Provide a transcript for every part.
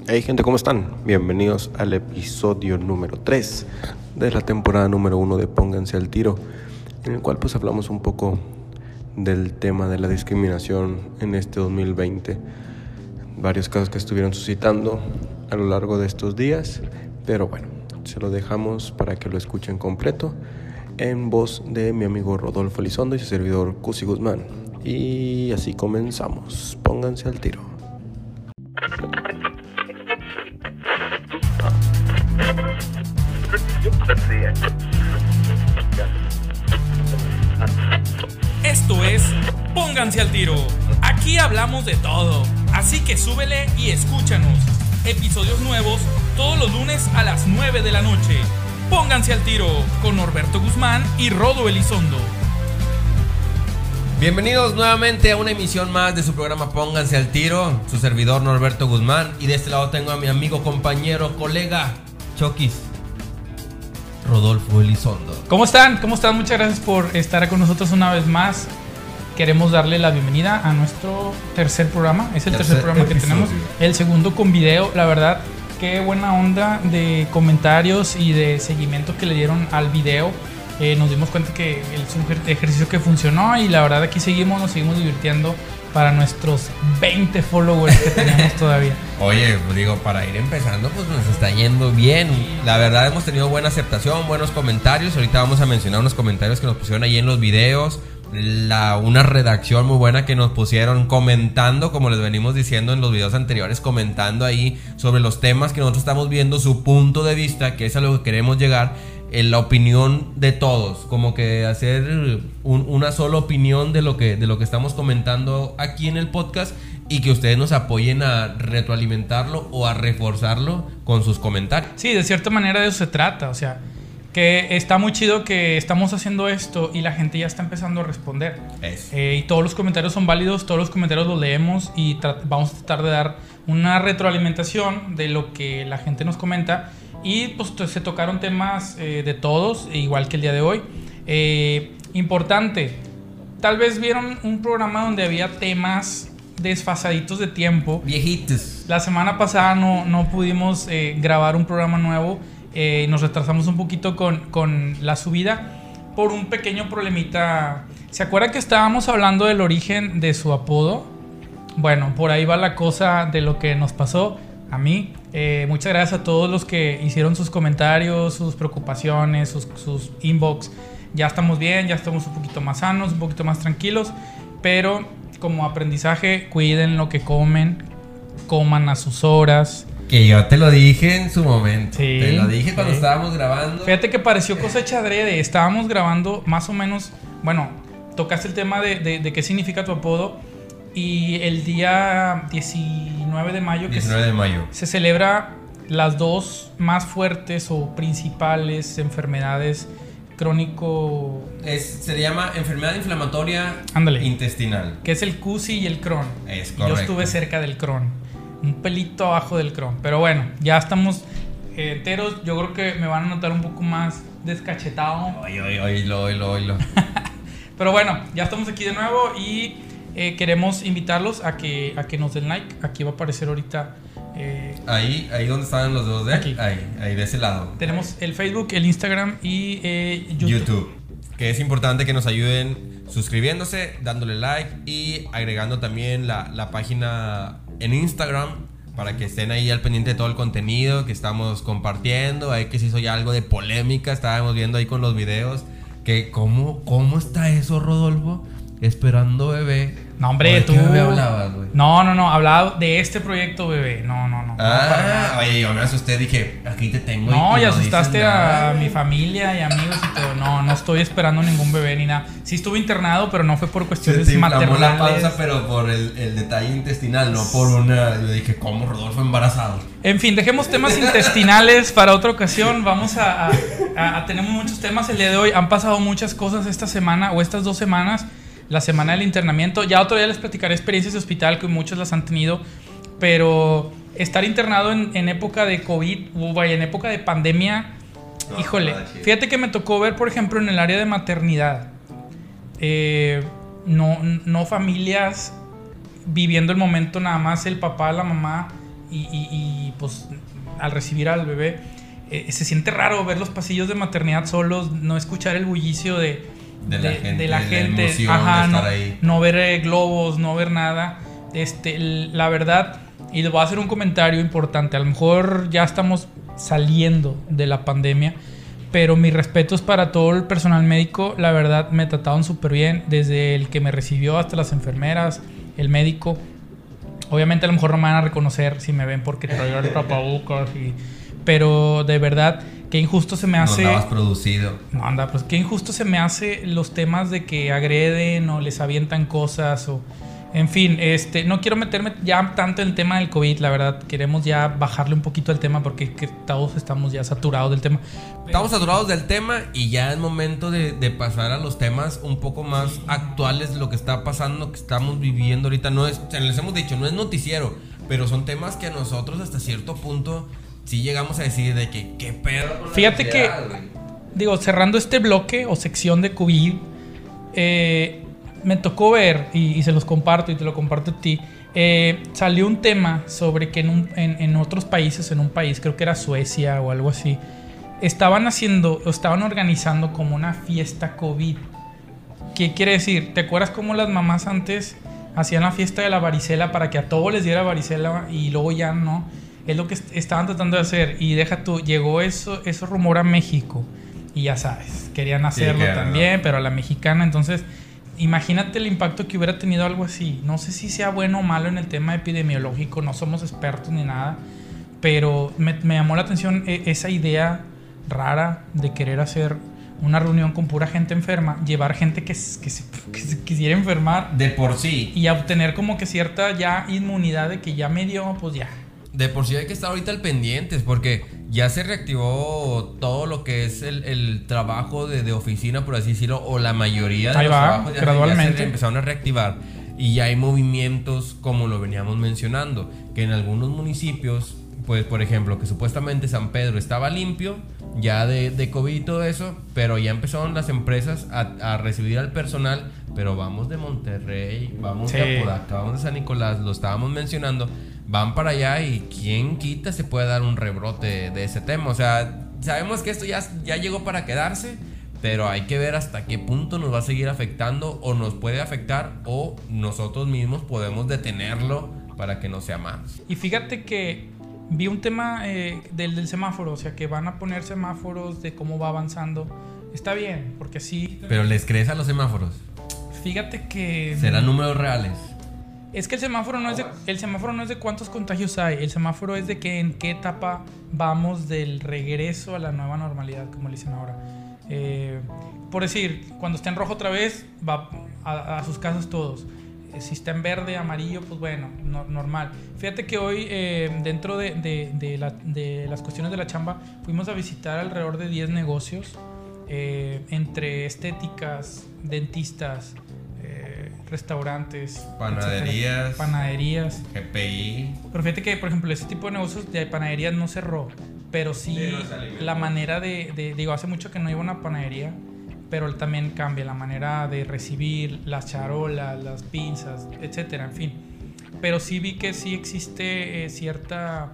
Hey gente, ¿cómo están? Bienvenidos al episodio número 3 de la temporada número 1 de Pónganse al Tiro, en el cual pues hablamos un poco del tema de la discriminación en este 2020. Varios casos que estuvieron suscitando a lo largo de estos días, pero bueno, se lo dejamos para que lo escuchen completo en voz de mi amigo Rodolfo Elizondo y su servidor Cusi Guzmán. Y así comenzamos. Pónganse al tiro. Esto es Pónganse al Tiro. Aquí hablamos de todo, así que súbele y escúchanos. Episodios nuevos todos los lunes a las 9 de la noche. Pónganse al Tiro con Norberto Guzmán y Rodo Elizondo. Bienvenidos nuevamente a una emisión más de su programa Pónganse al Tiro. Su servidor Norberto Guzmán. Y de este lado tengo a mi amigo, compañero, colega Chokis, Rodolfo Elizondo. ¿Cómo están? ¿Cómo están? Muchas gracias por estar con nosotros una vez más. Queremos darle la bienvenida a nuestro tercer programa. Es el tercer programa que tenemos. El segundo con video. La verdad, qué buena onda de comentarios y de seguimiento que le dieron al video. Nos dimos cuenta que es un ejercicio que funcionó y la verdad aquí nos seguimos divirtiendo para nuestros 20 followers que tenemos todavía. Oye, pues digo, para ir empezando, pues nos está yendo bien. La verdad hemos tenido buena aceptación, buenos comentarios. Ahorita vamos a mencionar unos comentarios que nos pusieron ahí en los videos. Una redacción muy buena que nos pusieron comentando, como les venimos diciendo en los videos anteriores, comentando ahí sobre los temas que nosotros estamos viendo, su punto de vista, que es a lo que queremos llegar. En la opinión de todos, como que hacer una sola opinión de lo que estamos comentando aquí en el podcast y que ustedes nos apoyen a retroalimentarlo o a reforzarlo con sus comentarios. Sí, de cierta manera de eso se trata, o sea, que está muy chido que estamos haciendo esto y la gente ya está empezando a responder. Y todos los comentarios son válidos, todos los comentarios los leemos y vamos a tratar de dar una retroalimentación de lo que la gente nos comenta. Y pues se tocaron temas de todos, igual que el día de hoy. Importante, tal vez vieron un programa donde había temas desfasaditos de tiempo. Viejitos. La semana pasada no pudimos grabar un programa nuevo. Nos retrasamos un poquito con la subida por un pequeño problemita. ¿Se acuerdan que estábamos hablando del origen de su apodo? Bueno, por ahí va la cosa de lo que nos pasó a mí. Muchas gracias a todos los que hicieron sus comentarios, sus preocupaciones, sus inbox. Ya estamos bien, ya estamos un poquito más sanos, un poquito más tranquilos. Pero como aprendizaje, cuiden lo que comen, coman a sus horas. Que yo te lo dije en su momento. Sí, te lo dije cuando estábamos grabando. Fíjate que pareció cosecha adrede. Estábamos grabando más o menos. Bueno, tocaste el tema de qué significa tu apodo. Y el día 19 de mayo, 19 de mayo se celebra las dos más fuertes o principales enfermedades crónico... se llama enfermedad inflamatoria intestinal. Que es el CUSI y el Crohn. Es correcto. Yo estuve cerca del Crohn, un pelito abajo del Crohn. Pero bueno, ya estamos enteros. Yo creo que me van a notar un poco más descachetado. Oilo. Pero bueno, ya estamos aquí de nuevo y... queremos invitarlos a que nos den like. Aquí va a aparecer ahorita. Ahí donde estaban los dos, aquí. Ahí de ese lado. Tenemos el Facebook, el Instagram y YouTube. Que es importante que nos ayuden suscribiéndose, dándole like y agregando también la página en Instagram para que estén ahí al pendiente de todo el contenido que estamos compartiendo. Ahí que se hizo ya algo de polémica. Estábamos viendo ahí con los videos que ¿cómo está eso, Rodolfo? Esperando bebé. No, hombre, tú. ¿De qué bebé hablabas, güey? No, hablaba de este proyecto, bebé. No. Oye, yo me asusté, dije, aquí te tengo. No, y asustaste a mi familia y amigos y todo. No estoy esperando ningún bebé ni nada. Sí estuve internado, pero no fue por cuestiones maternales. La pausa, pero por el detalle intestinal, no por una. Yo dije, ¿cómo Rodolfo embarazado? En fin, dejemos temas intestinales para otra ocasión. Vamos a tenemos muchos temas el día de hoy. Han pasado muchas cosas esta semana o estas 2 semanas. La semana del internamiento. Ya otro día les platicaré experiencias de hospital que muchos las han tenido. Pero estar internado en época de COVID, en época de pandemia, híjole. Fíjate que me tocó ver, por ejemplo, en el área de maternidad, no familias viviendo el momento nada más el papá, la mamá pues al recibir al bebé, se siente raro ver los pasillos de maternidad solos, no escuchar el bullicio de la gente, la emoción de estar ahí. No ver globos, no ver nada. La verdad, y les voy a hacer un comentario importante, a lo mejor ya estamos saliendo de la pandemia, pero mis respetos para todo el personal médico. La verdad, me trataron súper bien, desde el que me recibió hasta las enfermeras, el médico. Obviamente a lo mejor no me van a reconocer si me ven porque traigo el tapabocas, pero de verdad, qué injusto se me hace. No andabas producido. No anda, pues qué injusto se me hace los temas de que agreden o les avientan cosas o... En fin, no quiero meterme ya tanto en el tema del COVID, la verdad. Queremos ya bajarle un poquito al tema porque todos estamos ya saturados del tema. Estamos saturados del tema y ya es momento de pasar a los temas un poco más actuales de lo que está pasando, que estamos viviendo ahorita. No es, les hemos dicho, no es noticiero, pero son temas que nosotros hasta cierto punto sí llegamos a decir de que qué pedo con la Fíjate sociedad, que, güey. digo, cerrando este bloque o sección de COVID, me tocó ver, y se los comparto y te lo comparto a ti, salió un tema sobre que en otros países, en un país, creo que era Suecia o algo así, estaban organizando como una fiesta COVID. ¿Qué quiere decir? ¿Te acuerdas cómo las mamás antes hacían la fiesta de la varicela para que a todos les diera varicela y luego ya no? Es lo que estaban tratando de hacer. Y deja tú, llegó eso rumor a México. Y ya sabes, querían hacerlo también, pero a la mexicana. Entonces, imagínate el impacto que hubiera tenido algo así. No sé si sea bueno o malo en el tema epidemiológico, no somos expertos ni nada, pero me llamó la atención esa idea rara de querer hacer una reunión con pura gente enferma, llevar gente que se quisiera enfermar de por sí, y obtener como que cierta ya inmunidad de que ya me dio, pues ya. De por sí hay que estar ahorita al pendientes porque ya se reactivó todo lo que es el trabajo de oficina, por así decirlo, o la mayoría de ahí los va, trabajos gradualmente ya se empezaron a reactivar. Y ya hay movimientos como lo veníamos mencionando, que en algunos municipios, pues por ejemplo, que supuestamente San Pedro estaba limpio ya de COVID y todo eso, pero ya empezaron las empresas a recibir al personal, pero vamos de Monterrey, vamos de Apodaca, vamos de San Nicolás, lo estábamos mencionando, van para allá y quién quita se puede dar un rebrote de ese tema. O sea, sabemos que esto ya llegó para quedarse, pero hay que ver hasta qué punto nos va a seguir afectando o nos puede afectar o nosotros mismos podemos detenerlo para que no sea más. Y fíjate que vi un tema del semáforo, o sea que van a poner semáforos de cómo va avanzando. Está bien, porque sí. Pero ¿les crees a los semáforos? Fíjate que... ¿Serán números reales? Es que el semáforo no es de cuántos contagios hay. El semáforo es de que en qué etapa vamos del regreso a la nueva normalidad, como le dicen ahora. Por decir, cuando está en rojo otra vez, va a sus casas todos. Si está en verde, amarillo, pues bueno, normal. Fíjate que hoy, dentro de las cuestiones de la chamba, fuimos a visitar alrededor de 10 negocios, entre estéticas, dentistas, restaurantes, panaderías, GPI. Pero fíjate que, por ejemplo, ese tipo de negocios de panaderías no cerró, pero sí la manera digo, hace mucho que no iba a una panadería, pero también cambia la manera de recibir, las charolas, las pinzas, etcétera, en fin. Pero sí vi que sí existe cierta...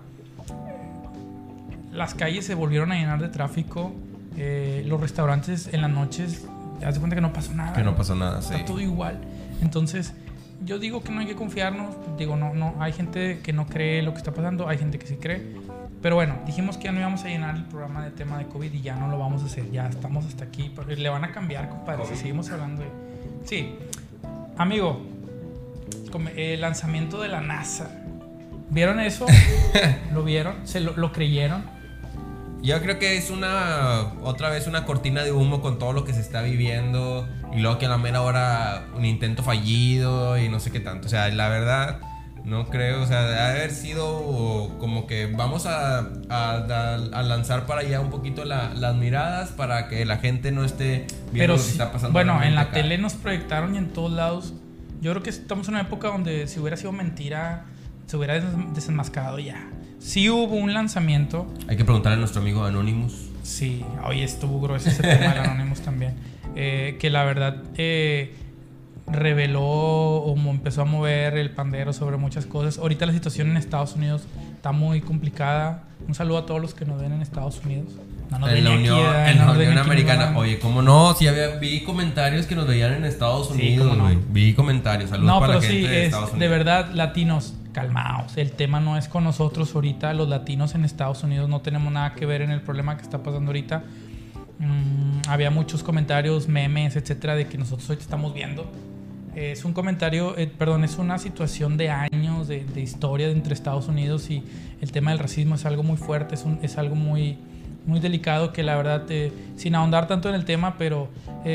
las calles se volvieron a llenar de tráfico, los restaurantes en las noches, haz de cuenta que no pasó nada. Que no pasó nada, Está sí. todo igual. Entonces, yo digo que no hay que confiarnos. Digo, no, hay gente que no cree lo que está pasando, hay gente que sí cree. Pero bueno, dijimos que ya no íbamos a llenar el programa de tema de COVID y ya no lo vamos a hacer. Ya estamos hasta aquí. Porque le van a cambiar, compadre, si seguimos hablando de... Sí. Amigo, el lanzamiento de la NASA. ¿Vieron eso? ¿Lo vieron? ¿Lo creyeron? Yo creo que es otra vez una cortina de humo con todo lo que se está viviendo y luego que a la mera hora un intento fallido y no sé qué tanto. O sea, la verdad no creo, o sea, debe haber sido como que vamos a lanzar para allá un poquito las miradas para que la gente no esté viendo lo que está pasando. Bueno, en la tele nos proyectaron y en todos lados. Yo creo que estamos en una época donde si hubiera sido mentira se hubiera desenmascarado ya. Sí hubo un lanzamiento. Hay que preguntarle a nuestro amigo Anonymous. Sí, hoy estuvo grueso ese tema del Anonymous también. Que la verdad reveló o empezó a mover el pandero sobre muchas cosas. Ahorita la situación en Estados Unidos está muy complicada. Un saludo a todos los que nos ven en Estados Unidos. En la Unión Americana. Oye, ¿cómo no? Sí, vi comentarios que nos veían en Estados Unidos, güey. Vi comentarios. Saludos para la gente de Estados Unidos. De verdad, latinos, calmaos. El tema no es con nosotros ahorita. Los latinos en Estados Unidos no tenemos nada que ver en el problema que está pasando ahorita. Había muchos comentarios, memes, etcétera, de que nosotros ahorita estamos viendo. Es un comentario, es una situación de años de historia entre Estados Unidos, y el tema del racismo es algo muy fuerte, es algo muy, muy delicado, que la verdad, sin ahondar tanto en el tema, pero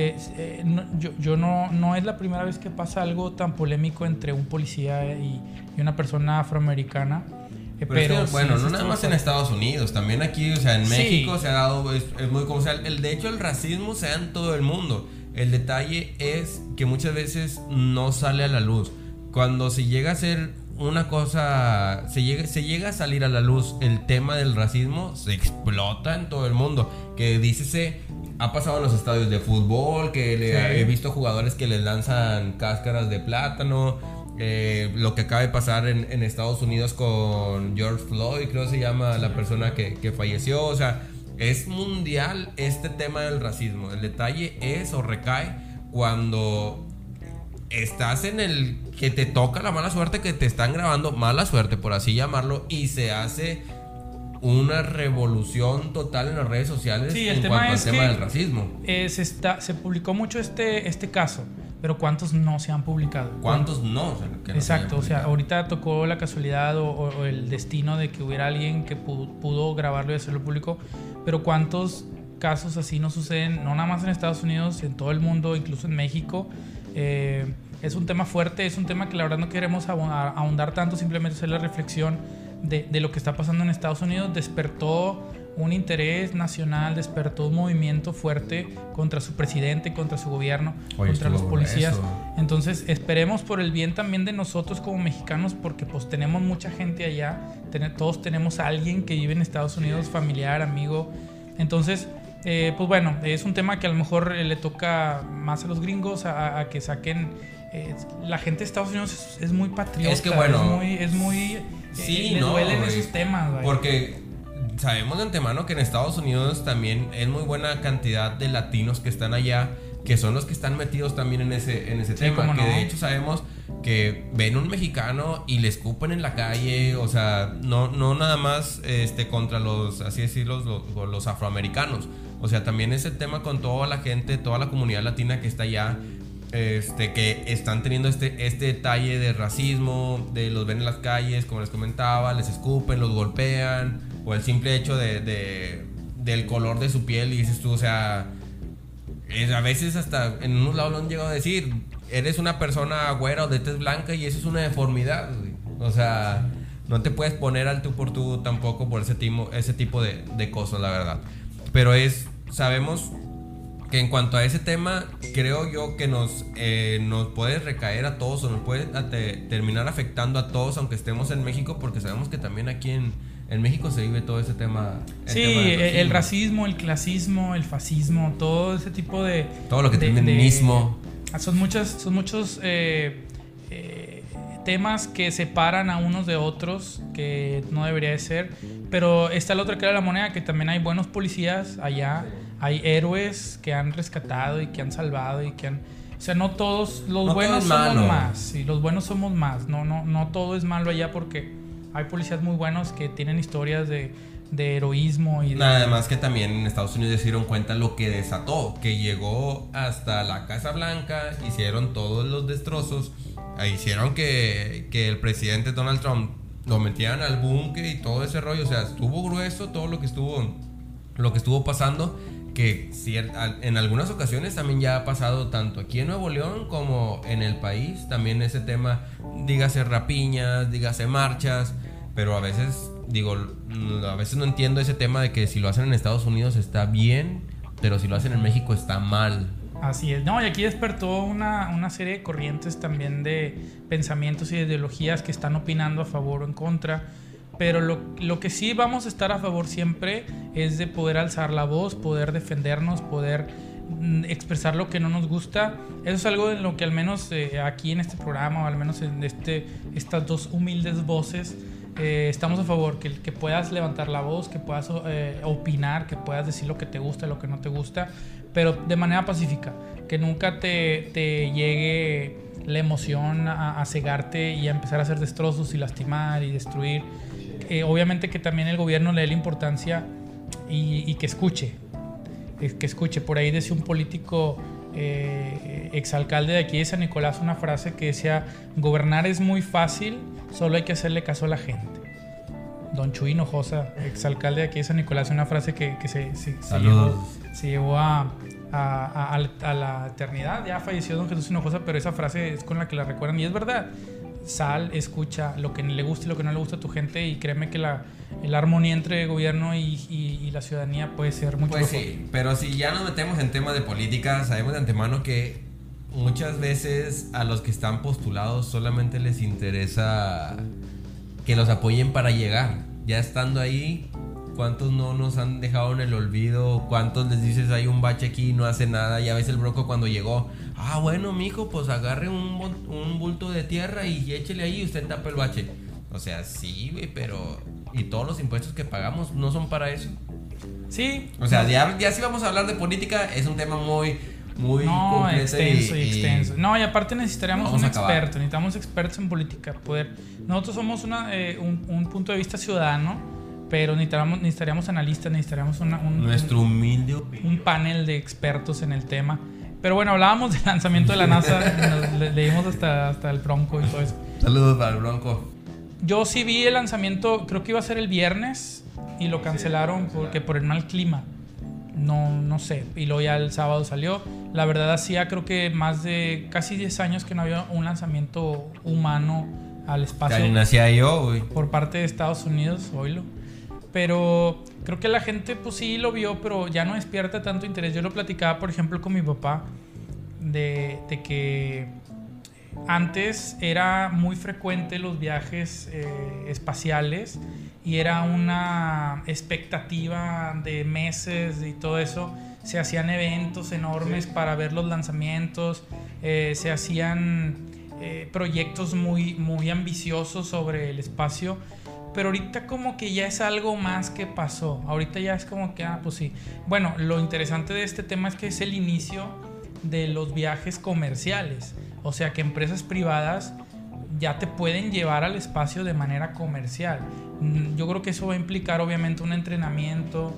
no es la primera vez que pasa algo tan polémico entre un policía y una persona afroamericana. Pero es que, bueno, no nada más en Estados Unidos, también aquí, o sea, en México se ha dado, es muy como, o sea, de hecho el racismo se da en todo el mundo. El detalle es que muchas veces no sale a la luz. Cuando se llega a hacer una cosa, se llega a salir a la luz el tema del racismo, se explota en todo el mundo. Que dícese, ha pasado en los estadios de fútbol, que he visto jugadores que les lanzan cáscaras de plátano. Lo que acaba de pasar en Estados Unidos con George Floyd, creo que se llama la persona que falleció. O sea, es mundial este tema del racismo. El detalle es o recae cuando estás en el que te toca la mala suerte, que te están grabando, mala suerte por así llamarlo, y se hace una revolución total en las redes sociales en cuanto al tema del racismo. Se publicó mucho este caso, pero ¿cuántos no se han publicado? ¿Cuántos no? O sea, que no. Exacto, o sea, ahorita tocó la casualidad o el destino de que hubiera alguien que pudo grabarlo y hacerlo público, pero ¿cuántos casos así no suceden? No nada más en Estados Unidos, en todo el mundo, incluso en México. Es un tema fuerte, es un tema que la verdad no queremos ahondar tanto, simplemente hacer la reflexión de lo que está pasando en Estados Unidos. Despertó un interés nacional, despertó un movimiento fuerte contra su presidente, contra su gobierno, contra los policías. Entonces esperemos por el bien también de nosotros como mexicanos, porque pues tenemos mucha gente allá, todos tenemos a alguien que vive en Estados Unidos, familiar, amigo. Entonces pues bueno, es un tema que a lo mejor le toca más a los gringos a que saquen. La gente de Estados Unidos es muy patriota. Es que bueno, es muy sí, les duelen esos temas, güey. Porque sabemos de antemano que en Estados Unidos también es muy buena cantidad de latinos que están allá, que son los que están metidos también en ese tema. Que de hecho sabemos que ven un mexicano y le escupen en la calle. O sea, no nada más contra los, así decirlo, los afroamericanos. O sea, también ese tema con toda la gente, toda la comunidad latina que está allá, que están teniendo este detalle de racismo, de los ven en las calles, como les comentaba, les escupen, los golpean, o el simple hecho del color de su piel, y dices tú, o sea, a veces hasta en unos lados lo han llegado a decir, eres una persona güera o de tez blanca y eso es una deformidad, güey. O sea, no te puedes poner al tú por tú tampoco por ese tipo de cosas, la verdad. Pero sabemos que en cuanto a ese tema, creo yo que nos puede recaer a todos, o nos puede terminar afectando a todos, aunque estemos en México, porque sabemos que también aquí en México se vive todo ese tema. El racismo, el clasismo, el fascismo, todo ese tipo de... Todo lo que tiene mismo. Son muchos temas que separan a unos de otros, que no debería de ser. Pero está la otra cara de la moneda, que también hay buenos policías allá. Hay héroes que han rescatado y que han salvado y que han... O sea, no todos los buenos somos más. Sí, los buenos somos más. No todo es malo allá, porque hay policías muy buenos que tienen historias de heroísmo y Además que también en Estados Unidos se dieron cuenta lo que desató, que llegó hasta la Casa Blanca, hicieron todos los destrozos, hicieron que el presidente Donald Trump lo metieran al búnker y todo ese rollo. O sea, estuvo grueso todo lo que estuvo pasando, que en algunas ocasiones también ya ha pasado tanto aquí en Nuevo León como en el país. También ese tema, dígase rapiñas, dígase marchas, pero a veces no entiendo ese tema de que si lo hacen en Estados Unidos está bien, pero si lo hacen en México está mal. Así es, no, y aquí despertó una serie de corrientes también de pensamientos y de ideologías que están opinando a favor o en contra. Pero lo que sí vamos a estar a favor siempre es de poder alzar la voz, poder defendernos, poder expresar lo que no nos gusta. Eso es algo en lo que al menos aquí en este programa, o al menos en estas dos humildes voces, estamos a favor, que puedas levantar la voz, que puedas opinar, que puedas decir lo que te gusta, lo que no te gusta, pero de manera pacífica, que nunca te llegue la emoción a cegarte y a empezar a hacer destrozos y lastimar y destruir. Obviamente que también el gobierno le dé la importancia y que escuche. Por ahí decía un político exalcalde de aquí de San Nicolás una frase que decía: gobernar es muy fácil, solo hay que hacerle caso a la gente. Don Chuy Hinojosa, exalcalde de aquí de San Nicolás, una frase que se llevó a la eternidad. Ya falleció don Jesús Hinojosa, pero esa frase es con la que la recuerdan y es verdad. Sal, escucha lo que le gusta y lo que no le gusta a tu gente, y créeme que la armonía entre el gobierno y la ciudadanía puede ser mucho mejor. Sí, pero si ya nos metemos en temas de política, sabemos de antemano que muchas veces a los que están postulados solamente les interesa que los apoyen para llegar. Ya estando ahí, ¿cuántos no nos han dejado en el olvido? ¿Cuántos les dices hay un bache aquí y no hace nada? Ya ves el Bronco cuando llegó: bueno, mijo, pues agarre un bulto de tierra y échele ahí y usted tapa el bache. O sea, sí, güey, pero ¿y todos los impuestos que pagamos no son para eso? Sí. O sea, ya si vamos a hablar de política, es un tema muy complejo y extenso. No, y aparte necesitaríamos un experto. Necesitamos expertos en política. Nosotros somos un punto de vista ciudadano, pero necesitaríamos analistas, necesitaríamos nuestro humilde opinión, un panel de expertos en el tema. Pero bueno, hablábamos del lanzamiento de la NASA, leímos hasta el Bronco y todo eso. Saludos para el Bronco. Yo sí vi el lanzamiento, creo que iba a ser el viernes y lo cancelaron porque por el mal clima. No sé, y luego ya el sábado salió. La verdad, hacía creo que más de casi 10 años que no había un lanzamiento humano al espacio. Ya ni nacía yo, güey. Por parte de Estados Unidos, oílo. Pero creo que la gente pues sí lo vio, pero ya no despierta tanto interés. Yo lo platicaba, por ejemplo, con mi papá de que antes era muy frecuente los viajes espaciales y era una expectativa de meses y todo eso. Se hacían eventos enormes para ver los lanzamientos, se hacían proyectos muy ambiciosos sobre el espacio. Pero ahorita como que ya es algo más que pasó. Ahorita ya es como que, pues sí. Bueno, lo interesante de este tema es que es el inicio de los viajes comerciales. O sea, que empresas privadas ya te pueden llevar al espacio de manera comercial. Yo creo que eso va a implicar obviamente un entrenamiento,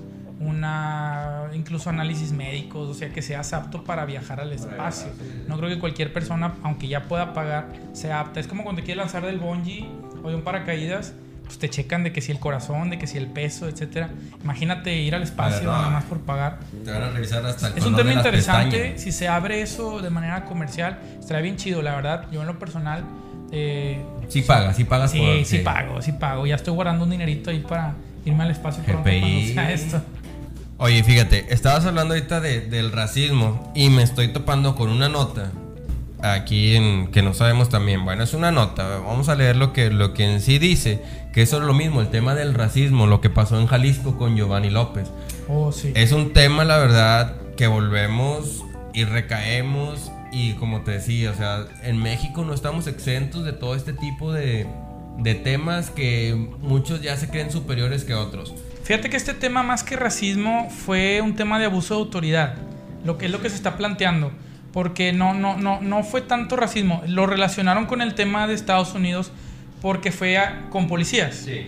incluso análisis médicos, o sea, que seas apto para viajar al espacio. No creo que cualquier persona, aunque ya pueda pagar, sea apta. Es como cuando quieres lanzar del bungee o de un paracaídas, pues te checan de que si el corazón, de que si el peso, etcétera. Imagínate ir al espacio nada más por pagar. Te van a revisar hasta el Es un tema interesante. Si se abre eso de manera comercial, estaría bien chido, la verdad. Yo en lo personal sí pagas. Sí pago. Ya estoy guardando un dinerito ahí para irme al espacio pronto cuando sea esto. Oye, fíjate, estabas hablando ahorita del racismo y me estoy topando con una nota aquí que no sabemos también. Bueno, es una nota, vamos a leer lo que en sí dice, que eso es lo mismo, el tema del racismo, lo que pasó en Jalisco con Giovanni López. Sí. Es un tema, la verdad, que volvemos y recaemos, y como te decía, o sea, en México no estamos exentos de todo este tipo de temas que muchos ya se creen superiores que otros. Fíjate que este tema, más que racismo, fue un tema de abuso de autoridad, lo que se está planteando. Porque no fue tanto racismo. Lo relacionaron con el tema de Estados Unidos porque fue con policías. Sí.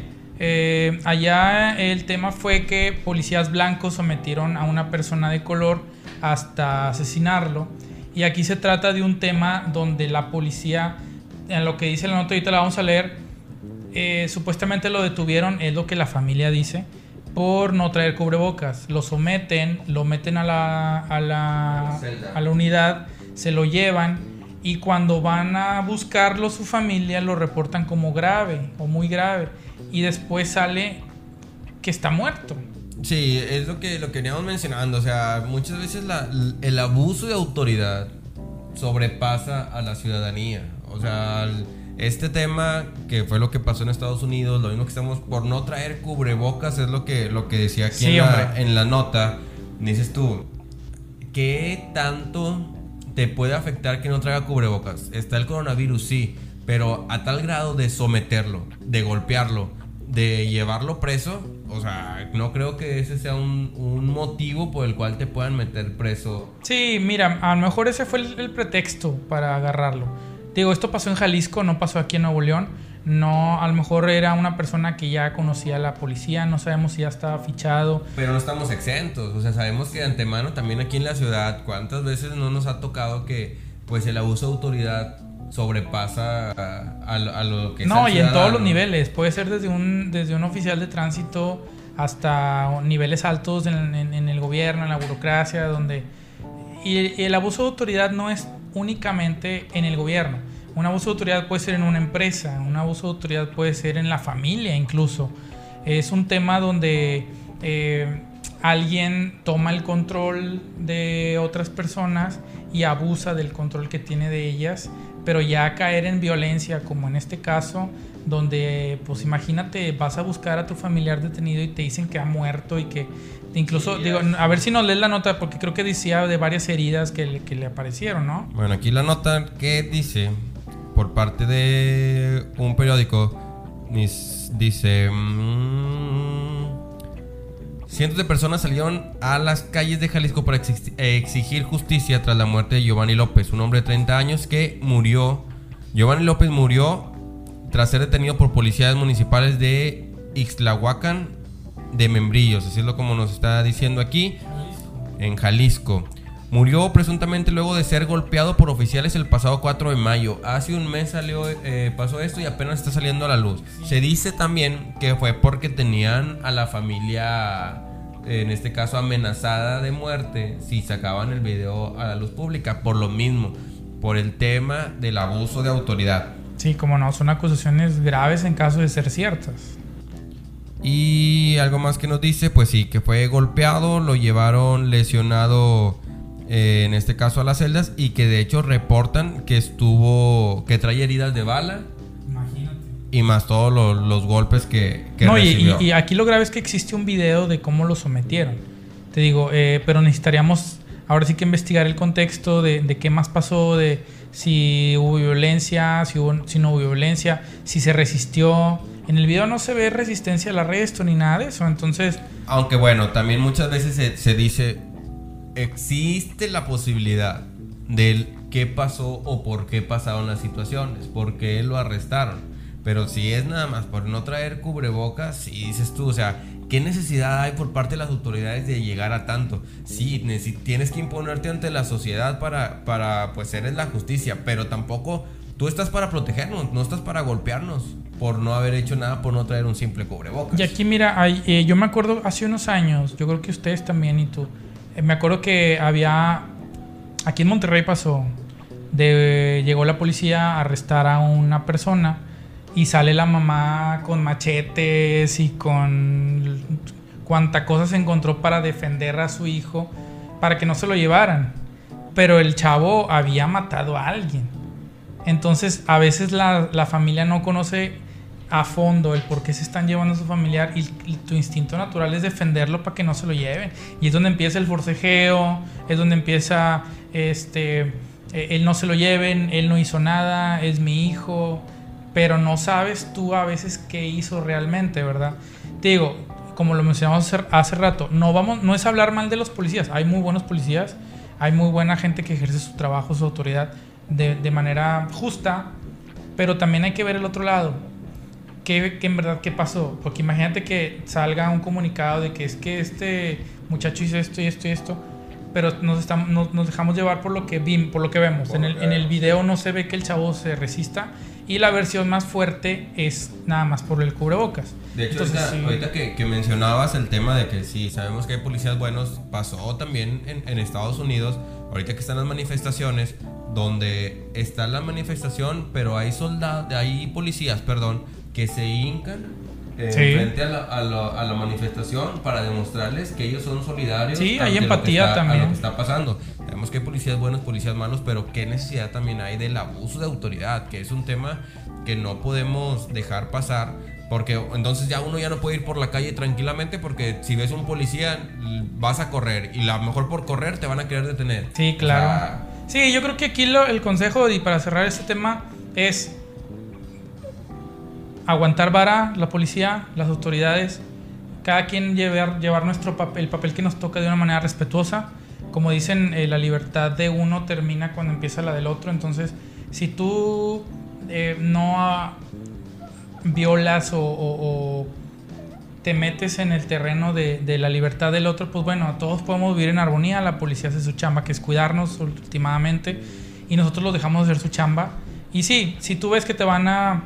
Allá el tema fue que policías blancos sometieron a una persona de color hasta asesinarlo. Y aquí se trata de un tema donde la policía, en lo que dice la nota, ahorita la vamos a leer, supuestamente lo detuvieron, es lo que la familia dice, por no traer cubrebocas. Lo meten a la unidad, se lo llevan, y cuando van a buscarlo su familia lo reportan como grave o muy grave, y después sale que está muerto. Sí, es lo que veníamos mencionando. O sea, muchas veces el abuso de autoridad sobrepasa a la ciudadanía. O sea, este tema que fue lo que pasó en Estados Unidos, lo mismo que estamos por no traer cubrebocas, es lo que decía aquí en la nota. Dices tú, ¿qué tanto te puede afectar que no traiga cubrebocas? Está el coronavirus, sí, pero a tal grado de someterlo, de golpearlo, de llevarlo preso, o sea, no creo que ese sea un motivo por el cual te puedan meter preso. Sí, mira, a lo mejor ese fue el pretexto para agarrarlo. Digo, esto pasó en Jalisco, no pasó aquí en Nuevo León. No, a lo mejor era una persona que ya conocía a la policía, no sabemos si ya estaba fichado. Pero no estamos exentos, o sea, sabemos que de antemano también aquí en la ciudad, ¿cuántas veces no nos ha tocado que pues el abuso de autoridad sobrepasa a lo que es No, el y en todos ciudadano? los niveles, puede ser desde un oficial de tránsito hasta niveles altos en el gobierno, en la burocracia, donde... Y el abuso de autoridad no es únicamente en el gobierno. Un abuso de autoridad puede ser en una empresa, un abuso de autoridad puede ser en la familia incluso. Es un tema donde alguien toma el control de otras personas y abusa del control que tiene de ellas, pero ya caer en violencia, como en este caso, donde, pues imagínate, vas a buscar a tu familiar detenido y te dicen que ha muerto y que incluso, digo, a ver si nos lees la nota, porque creo que decía de varias heridas que le aparecieron, ¿no? Bueno, aquí la nota que dice, por parte de un periódico, dice... cientos de personas salieron a las calles de Jalisco para exigir justicia tras la muerte de Giovanni López, un hombre de 30 años que murió. Giovanni López murió tras ser detenido por policías municipales de Ixtlahuacán de Membrillos, así es lo como nos está diciendo aquí, en Jalisco. Murió presuntamente luego de ser golpeado por oficiales el pasado 4 de mayo. Hace un mes pasó esto y apenas está saliendo a la luz. Se dice también que fue porque tenían a la familia, en este caso amenazada de muerte, si sacaban el video a la luz pública, por lo mismo, por el tema del abuso de autoridad. Sí, como no, son acusaciones graves en caso de ser ciertas. Y algo más que nos dice, pues sí, que fue golpeado, lo llevaron lesionado, en este caso a las celdas, y que de hecho reportan que trae heridas de bala. Imagínate. Y más todos los golpes que no, recibió. Y aquí lo grave es que existe un video de cómo lo sometieron. Te digo, pero necesitaríamos ahora sí que investigar el contexto de qué más pasó, de si hubo violencia, si no hubo violencia, si se resistió. En el video no se ve resistencia al arresto ni nada de eso, entonces... Aunque bueno, también muchas veces se dice, existe la posibilidad del qué pasó o por qué pasaron las situaciones, por qué lo arrestaron. Pero si es nada más por no traer cubrebocas, sí, dices tú, o sea, ¿qué necesidad hay por parte de las autoridades de llegar a tanto? Sí, tienes que imponerte ante la sociedad para pues eres la justicia, pero tampoco tú estás para protegernos, no estás para golpearnos por no haber hecho nada, por no traer un simple cubrebocas. Y aquí mira, yo me acuerdo hace unos años, yo creo que ustedes también y tú, me acuerdo que había, aquí en Monterrey pasó, llegó la policía a arrestar a una persona y sale la mamá con machetes y con cuanta cosa se encontró para defender a su hijo, para que no se lo llevaran. Pero el chavo había matado a alguien. Entonces a veces la familia no conoce a fondo el por qué se están llevando a su familiar y tu instinto natural es defenderlo para que no se lo lleven. Y es donde empieza el forcejeo, es donde empieza él no se lo lleven, él no hizo nada, es mi hijo. Pero no sabes tú a veces qué hizo realmente, ¿verdad? Te digo, como lo mencionamos hace rato, no es hablar mal de los policías. Hay muy buenos policías, hay muy buena gente que ejerce su trabajo, su autoridad de manera justa, pero también hay que ver el otro lado. ¿Qué en verdad qué pasó? Porque imagínate que salga un comunicado de que es que este muchacho hizo esto y esto y esto, pero nos dejamos llevar por lo que vemos. En el video no se ve que el chavo se resista. Y la versión más fuerte es nada más por el cubrebocas. De hecho, entonces, ahorita que mencionabas el tema de que sí, sabemos que hay policías buenos, pasó también en Estados Unidos, ahorita que están las manifestaciones, donde está la manifestación, pero hay policías, que se hincan frente a la manifestación para demostrarles que ellos son solidarios. Sí, hay empatía también. A lo que está pasando. Sabemos que hay policías buenos, policías malos, pero qué necesidad también hay del abuso de autoridad, que es un tema que no podemos dejar pasar, Porque entonces ya uno ya no puede ir por la calle tranquilamente, porque si ves un policía vas a correr, y a lo mejor por correr te van a querer detener. Sí, claro. Sí, yo creo que aquí el consejo, y para cerrar este tema, es aguantar vara, la policía, las autoridades, cada quien llevar nuestro papel, el papel que nos toca de una manera respetuosa. Como dicen, la libertad de uno termina cuando empieza la del otro. Entonces, si tú no violas o te metes en el terreno de la libertad del otro, pues bueno, todos podemos vivir en armonía. La policía hace su chamba, que es cuidarnos últimamente, y nosotros los dejamos hacer su chamba. Y sí, si tú ves que te van a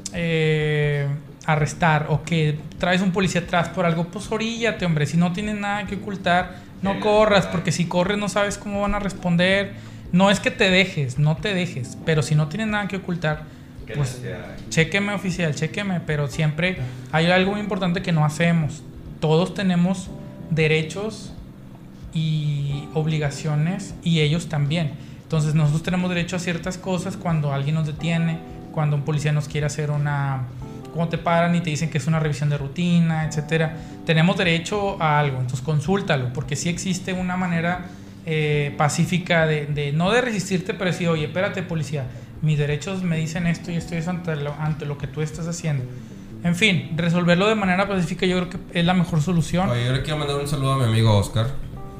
arrestar, o que traes un policía atrás por algo, pues oríllate, hombre. Si no tienes nada que ocultar, no corras, porque si corres no sabes cómo van a responder. No es que te dejes, no te dejes, pero si no tienes nada que ocultar, pues chéqueme, oficial, chéqueme. Pero siempre hay algo muy importante que no hacemos. Todos tenemos derechos y obligaciones, y ellos también. Entonces nosotros tenemos derecho a ciertas cosas cuando alguien nos detiene, cuando un policía nos quiere hacer como te paran y te dicen que es una revisión de rutina, etcétera. Tenemos derecho a algo, entonces consúltalo, porque sí existe una manera pacífica no de resistirte, pero decir, oye, espérate, policía, mis derechos me dicen esto y esto y eso ante lo que tú estás haciendo. En fin, resolverlo de manera pacífica yo creo que es la mejor solución. Oye, yo le quiero mandar un saludo a mi amigo Oscar.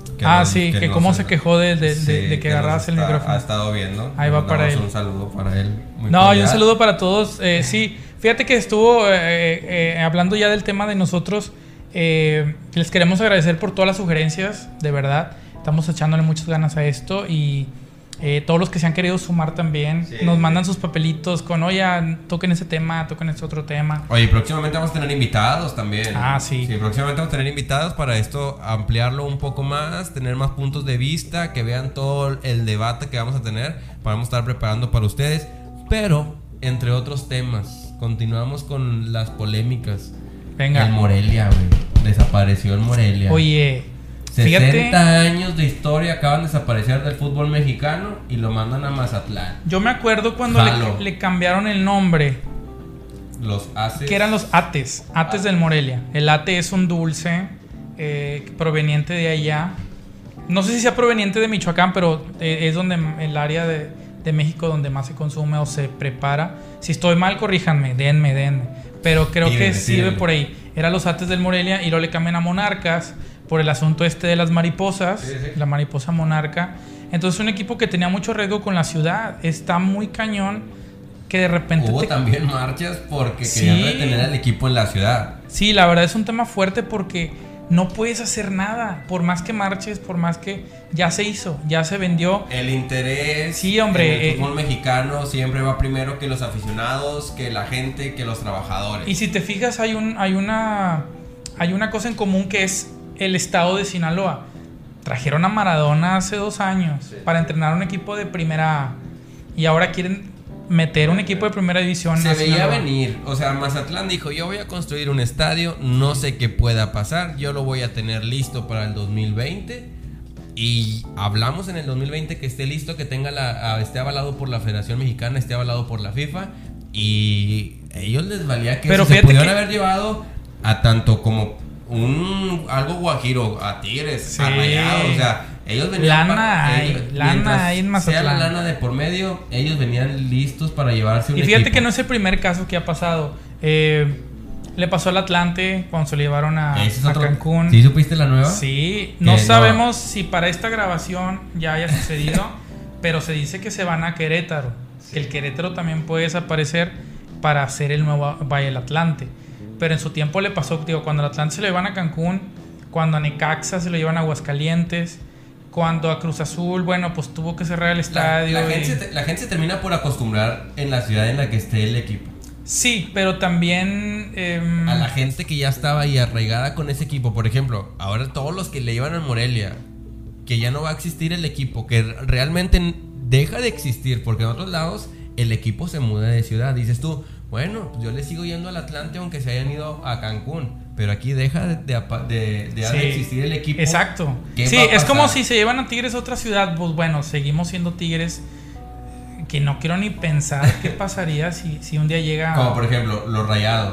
Que cómo se quejó de que agarras el micrófono. Ha estado viendo. Ahí va para él. Un saludo para él. Y un saludo para todos. Sí, fíjate que estuvo hablando ya del tema de nosotros. Les queremos agradecer por todas las sugerencias, de verdad. Estamos echándole muchas ganas a esto, y todos los que se han querido sumar también nos mandan sus papelitos con, oye, toquen ese tema, toquen este otro tema. Oye, próximamente vamos a tener invitados también. Sí, próximamente vamos a tener invitados para esto, ampliarlo un poco más, tener más puntos de vista, que vean todo el debate que vamos a tener, vamos a estar preparando para ustedes. Pero, entre otros temas, continuamos con las polémicas. Venga. El Morelia, güey. Desapareció el Morelia. Oye, 60 fíjate, años de historia acaban de desaparecer del fútbol mexicano y lo mandan a Mazatlán. Yo me acuerdo cuando le cambiaron el nombre. Los Aces. Que eran los Ates del Morelia. El Ate es un dulce proveniente de allá. No sé si sea proveniente de Michoacán, pero es donde el área de México donde más se consume o se prepara. Si estoy mal, corríjanme, denme. Pero creo que sirve por ahí. Eran los Ates del Morelia, y luego le cambian a Monarcas por el asunto de las mariposas, la mariposa monarca. Entonces un equipo que tenía mucho riesgo con la ciudad. Está muy cañón que de repente... Hubo también marchas porque querían retener al equipo en la ciudad. Sí, la verdad es un tema fuerte, porque no puedes hacer nada. Por más que marches, por más que... Ya se hizo, ya se vendió. El interés en el fútbol mexicano siempre va primero que los aficionados, que la gente, que los trabajadores. Y si te fijas, hay una cosa en común, que es el estado de Sinaloa. Trajeron a Maradona hace 2 años para entrenar un equipo de primera A, y ahora quieren meter un equipo de primera división. Se veía venir, o sea, Mazatlán dijo, yo voy a construir un estadio, no sé qué pueda pasar, yo lo voy a tener listo para el 2020, y hablamos en el 2020 que esté listo, que esté avalado por la Federación Mexicana, esté avalado por la FIFA, y a ellos les valía que se pudieron haber llevado a tanto como algo guajiro, a Tigres, a Rayados, o sea, ellos venían lana ahí en Mazatlán. Sea la lana de por medio, ellos venían listos para llevarse un equipo. Y fíjate equipo. Que no es el primer caso que ha pasado. Le pasó al Atlante cuando se lo llevaron a Cancún. ¿Sí supiste la nueva? Sí, no sabemos si para esta grabación ya haya sucedido, pero se dice que se van a Querétaro, que el Querétaro también puede desaparecer para hacer el nuevo Valle del Atlante. Pero en su tiempo le pasó, cuando al Atlante se lo llevan a Cancún, cuando a Necaxa se lo llevan a Aguascalientes, cuando a Cruz Azul, bueno, pues tuvo que cerrar el estadio. La gente se termina por acostumbrar en la ciudad en la que esté el equipo. Sí, pero también... a la gente que ya estaba ahí arraigada con ese equipo, por ejemplo, ahora todos los que le iban a Morelia, que ya no va a existir el equipo, que realmente deja de existir, porque en otros lados el equipo se muda de ciudad. Dices tú, bueno, pues yo le sigo yendo al Atlante aunque se hayan ido a Cancún, pero aquí deja de existir el equipo. Exacto. Sí, es como si se llevan a Tigres a otra ciudad, pues bueno, seguimos siendo Tigres, que no quiero ni pensar qué pasaría si un día llega... Como por ejemplo, los Rayados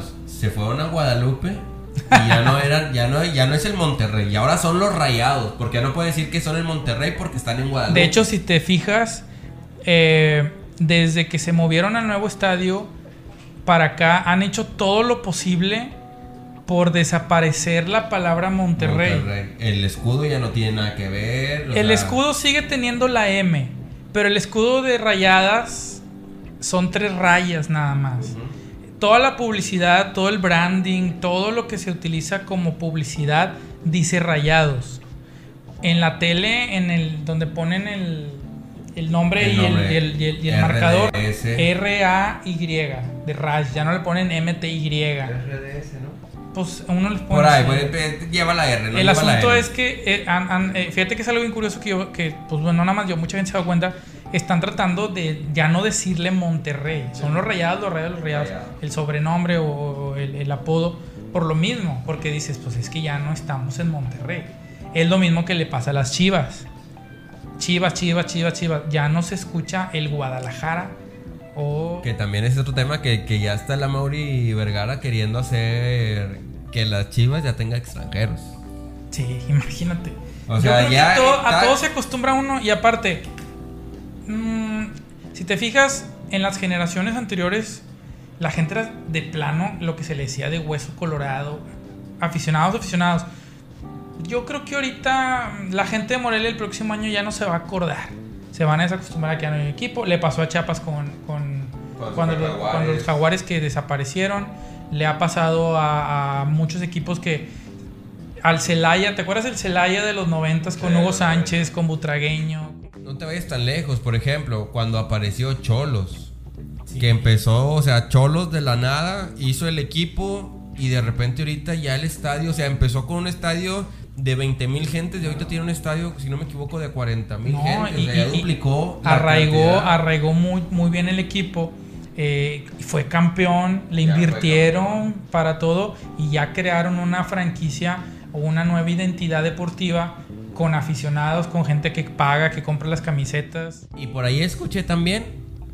se fueron a Guadalupe y ya no es el Monterrey, y ahora son los Rayados, porque ya no puede decir que son el Monterrey porque están en Guadalupe. De hecho, si te fijas, desde que se movieron al nuevo estadio para acá, han hecho todo lo posible por desaparecer la palabra Monterrey. El escudo ya no tiene nada que ver. El escudo sigue teniendo la M, pero el escudo de Rayadas son 3 rayas nada más. Toda la publicidad, todo el branding, todo lo que se utiliza como publicidad dice Rayados. En la tele, donde ponen el nombre y el marcador, RAY, de Ray, ya no le ponen MTY. RDS, ¿no? Pues uno les pone. Por ahí, lleva la R. No el asunto es que, fíjate que es algo bien curioso que pues bueno, nada más yo, mucha gente se da cuenta, están tratando de ya no decirle Monterrey. Son los Rayados. El sobrenombre o el apodo, por lo mismo, porque dices, pues es que ya no estamos en Monterrey. Es lo mismo que le pasa a las Chivas. Chivas. Ya no se escucha el Guadalajara. Que también es otro tema que ya está la Mauri Vergara queriendo hacer que las Chivas ya tengan extranjeros. Sí, imagínate. O sea, yo creo que a todo se acostumbra uno. Y aparte, si te fijas, en las generaciones anteriores, la gente era de plano lo que se le decía de hueso colorado. Aficionados. Yo creo que ahorita la gente de Morelia el próximo año ya no se va a acordar. Se van a desacostumbrar a que no hay equipo. Le pasó a Chiapas cuando los Jaguares que desaparecieron. Le ha pasado a muchos equipos que... Al Celaya, ¿te acuerdas del Celaya de los 90s con Hugo Sánchez, con Butragueño? No te vayas tan lejos, por ejemplo, cuando apareció Xolos. Sí. Que empezó, o sea, Xolos de la nada, hizo el equipo y de repente ahorita ya el estadio, o sea, empezó con un estadio de 20,000 gentes y ahorita tiene un estadio, si no me equivoco, de 40,000 gentes. O sea, ya duplicó. Arraigó muy bien el equipo. Fue campeón, le invirtieron para todo y ya crearon una franquicia o una nueva identidad deportiva con aficionados, con gente que paga, que compra las camisetas. Y por ahí escuché también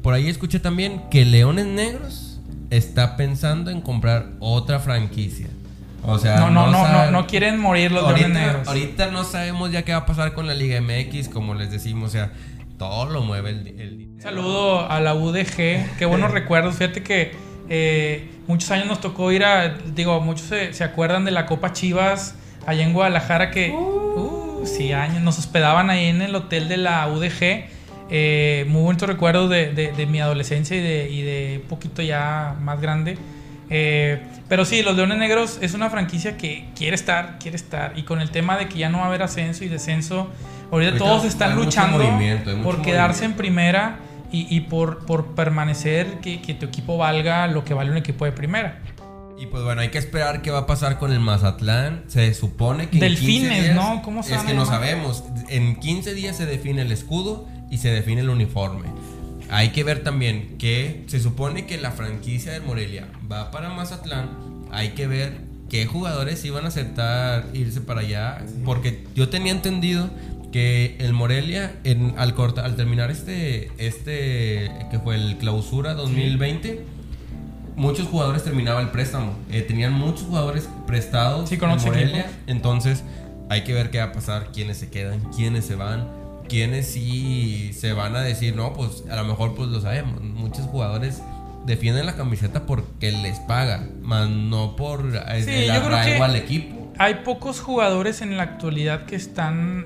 que Leones Negros está pensando en comprar otra franquicia. O sea, no quieren morir los Leones Negros. Ahorita no sabemos ya qué va a pasar con la Liga MX, como les decimos, o sea, todo lo mueve el Un saludo a la UDG, qué buenos recuerdos. Fíjate que muchos años nos tocó ir muchos se acuerdan de la Copa Chivas allá en Guadalajara que sí, años nos hospedaban ahí en el hotel de la UDG. Muy bonitos recuerdos de mi adolescencia y de un poquito ya más grande. Pero sí, los Leones Negros es una franquicia que quiere estar, y con el tema de que ya no va a haber ascenso y descenso, ahorita todos están luchando por quedarse en primera y por permanecer, que tu equipo valga lo que vale un equipo de primera. Y pues bueno, hay que esperar qué va a pasar con el Mazatlán. Se supone que Delfines, en 15 días, ¿no? ¿Cómo se llama? Es que no sabemos. En 15 días se define el escudo y se define el uniforme. Hay que ver también que se supone que la franquicia del Morelia va para Mazatlán. Hay que ver qué jugadores iban a aceptar irse para allá. Porque yo tenía entendido que el Morelia, al terminar este que fue el clausura 2020, muchos jugadores terminaban el préstamo. Tenían muchos jugadores prestados con en Morelia. equipos. Entonces hay que ver qué va a pasar, quiénes se quedan, quiénes se van, quiénes sí se van a decir, no, pues a lo mejor pues lo sabemos. Muchos jugadores defienden la camiseta porque les paga, más no por el arraigo al equipo. Hay pocos jugadores en la actualidad que están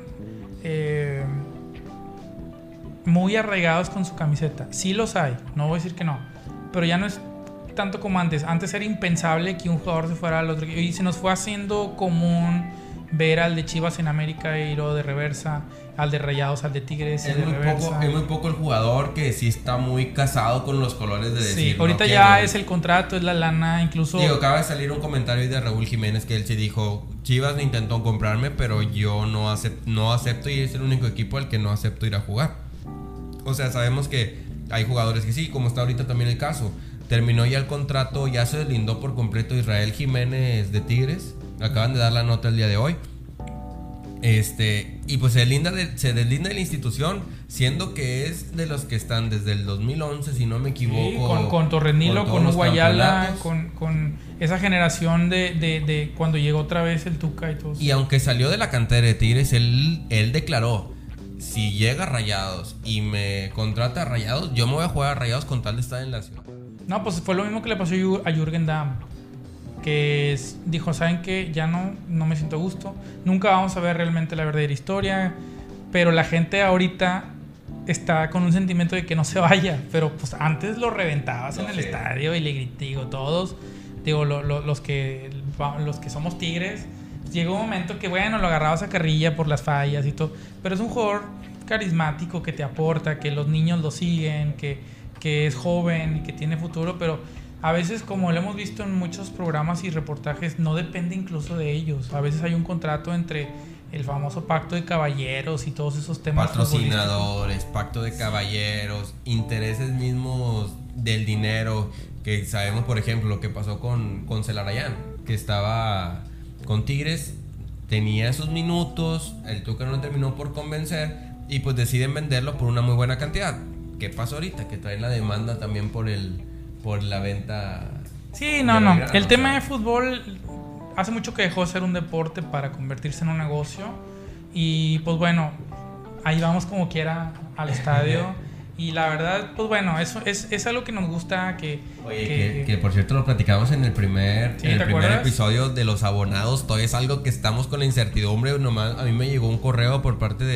muy arraigados con su camiseta. Sí los hay, no voy a decir que no, pero ya no es tanto como antes. Antes era impensable que un jugador se fuera al otro equipo y se nos fue haciendo común ver al de Chivas en América ir de reversa, al de Rayados, al de Tigres es muy poco el jugador que sí está muy casado con los colores de decir. Sí, ahorita ya es el contrato, es la lana, incluso. Digo, acaba de salir un comentario de Raúl Jiménez que él sí dijo, Chivas intentó comprarme, pero yo no acepto y es el único equipo al que no acepto ir a jugar. O sea, sabemos que hay jugadores que sí, como está ahorita también el caso. Terminó ya el contrato, ya se deslindó por completo Israel Jiménez de Tigres. Acaban de dar la nota el día de hoy. Y pues se deslinda de la institución, siendo que es de los que están desde el 2011, si no me equivoco. Sí, con Torrenilo, con Uguayala, campeonatos. con esa generación de cuando llegó otra vez el Tuca y todo eso. Y aunque salió de la cantera de Tigres, él declaró: si llega a Rayados y me contrata a Rayados, yo me voy a jugar a Rayados con tal de estar en la ciudad. No, pues fue lo mismo que le pasó a Jürgen Damm, que dijo, ¿saben qué? Ya no me siento a gusto. Nunca vamos a ver realmente la verdadera historia, pero la gente ahorita está con un sentimiento de que no se vaya. Pero pues antes lo reventabas en el estadio y le grité, todos, los que somos Tigres, llegó un momento que, bueno, lo agarrabas a carrilla por las fallas y todo, pero es un jugador carismático que te aporta, que los niños lo siguen, que es joven y que tiene futuro, pero a veces, como lo hemos visto en muchos programas y reportajes, no depende incluso de ellos. A veces hay un contrato entre el famoso pacto de caballeros y todos esos temas. Patrocinadores, pacto de caballeros, intereses mismos del dinero, que sabemos, por ejemplo, lo que pasó con Celarayán, que estaba con Tigres, tenía sus minutos, el Tuca no lo terminó por convencer y pues deciden venderlo por una muy buena cantidad. ¿Qué pasó ahorita? Que traen la demanda también por la venta. Sí, no. El tema de fútbol hace mucho que dejó de ser un deporte para convertirse en un negocio. Y pues bueno, ahí vamos como quiera al estadio. Y la verdad, pues bueno, eso es algo que nos gusta. Que por cierto lo platicamos en el primer episodio de los abonados. Todavía es algo que estamos con la incertidumbre. Nomás a mí me llegó un correo por parte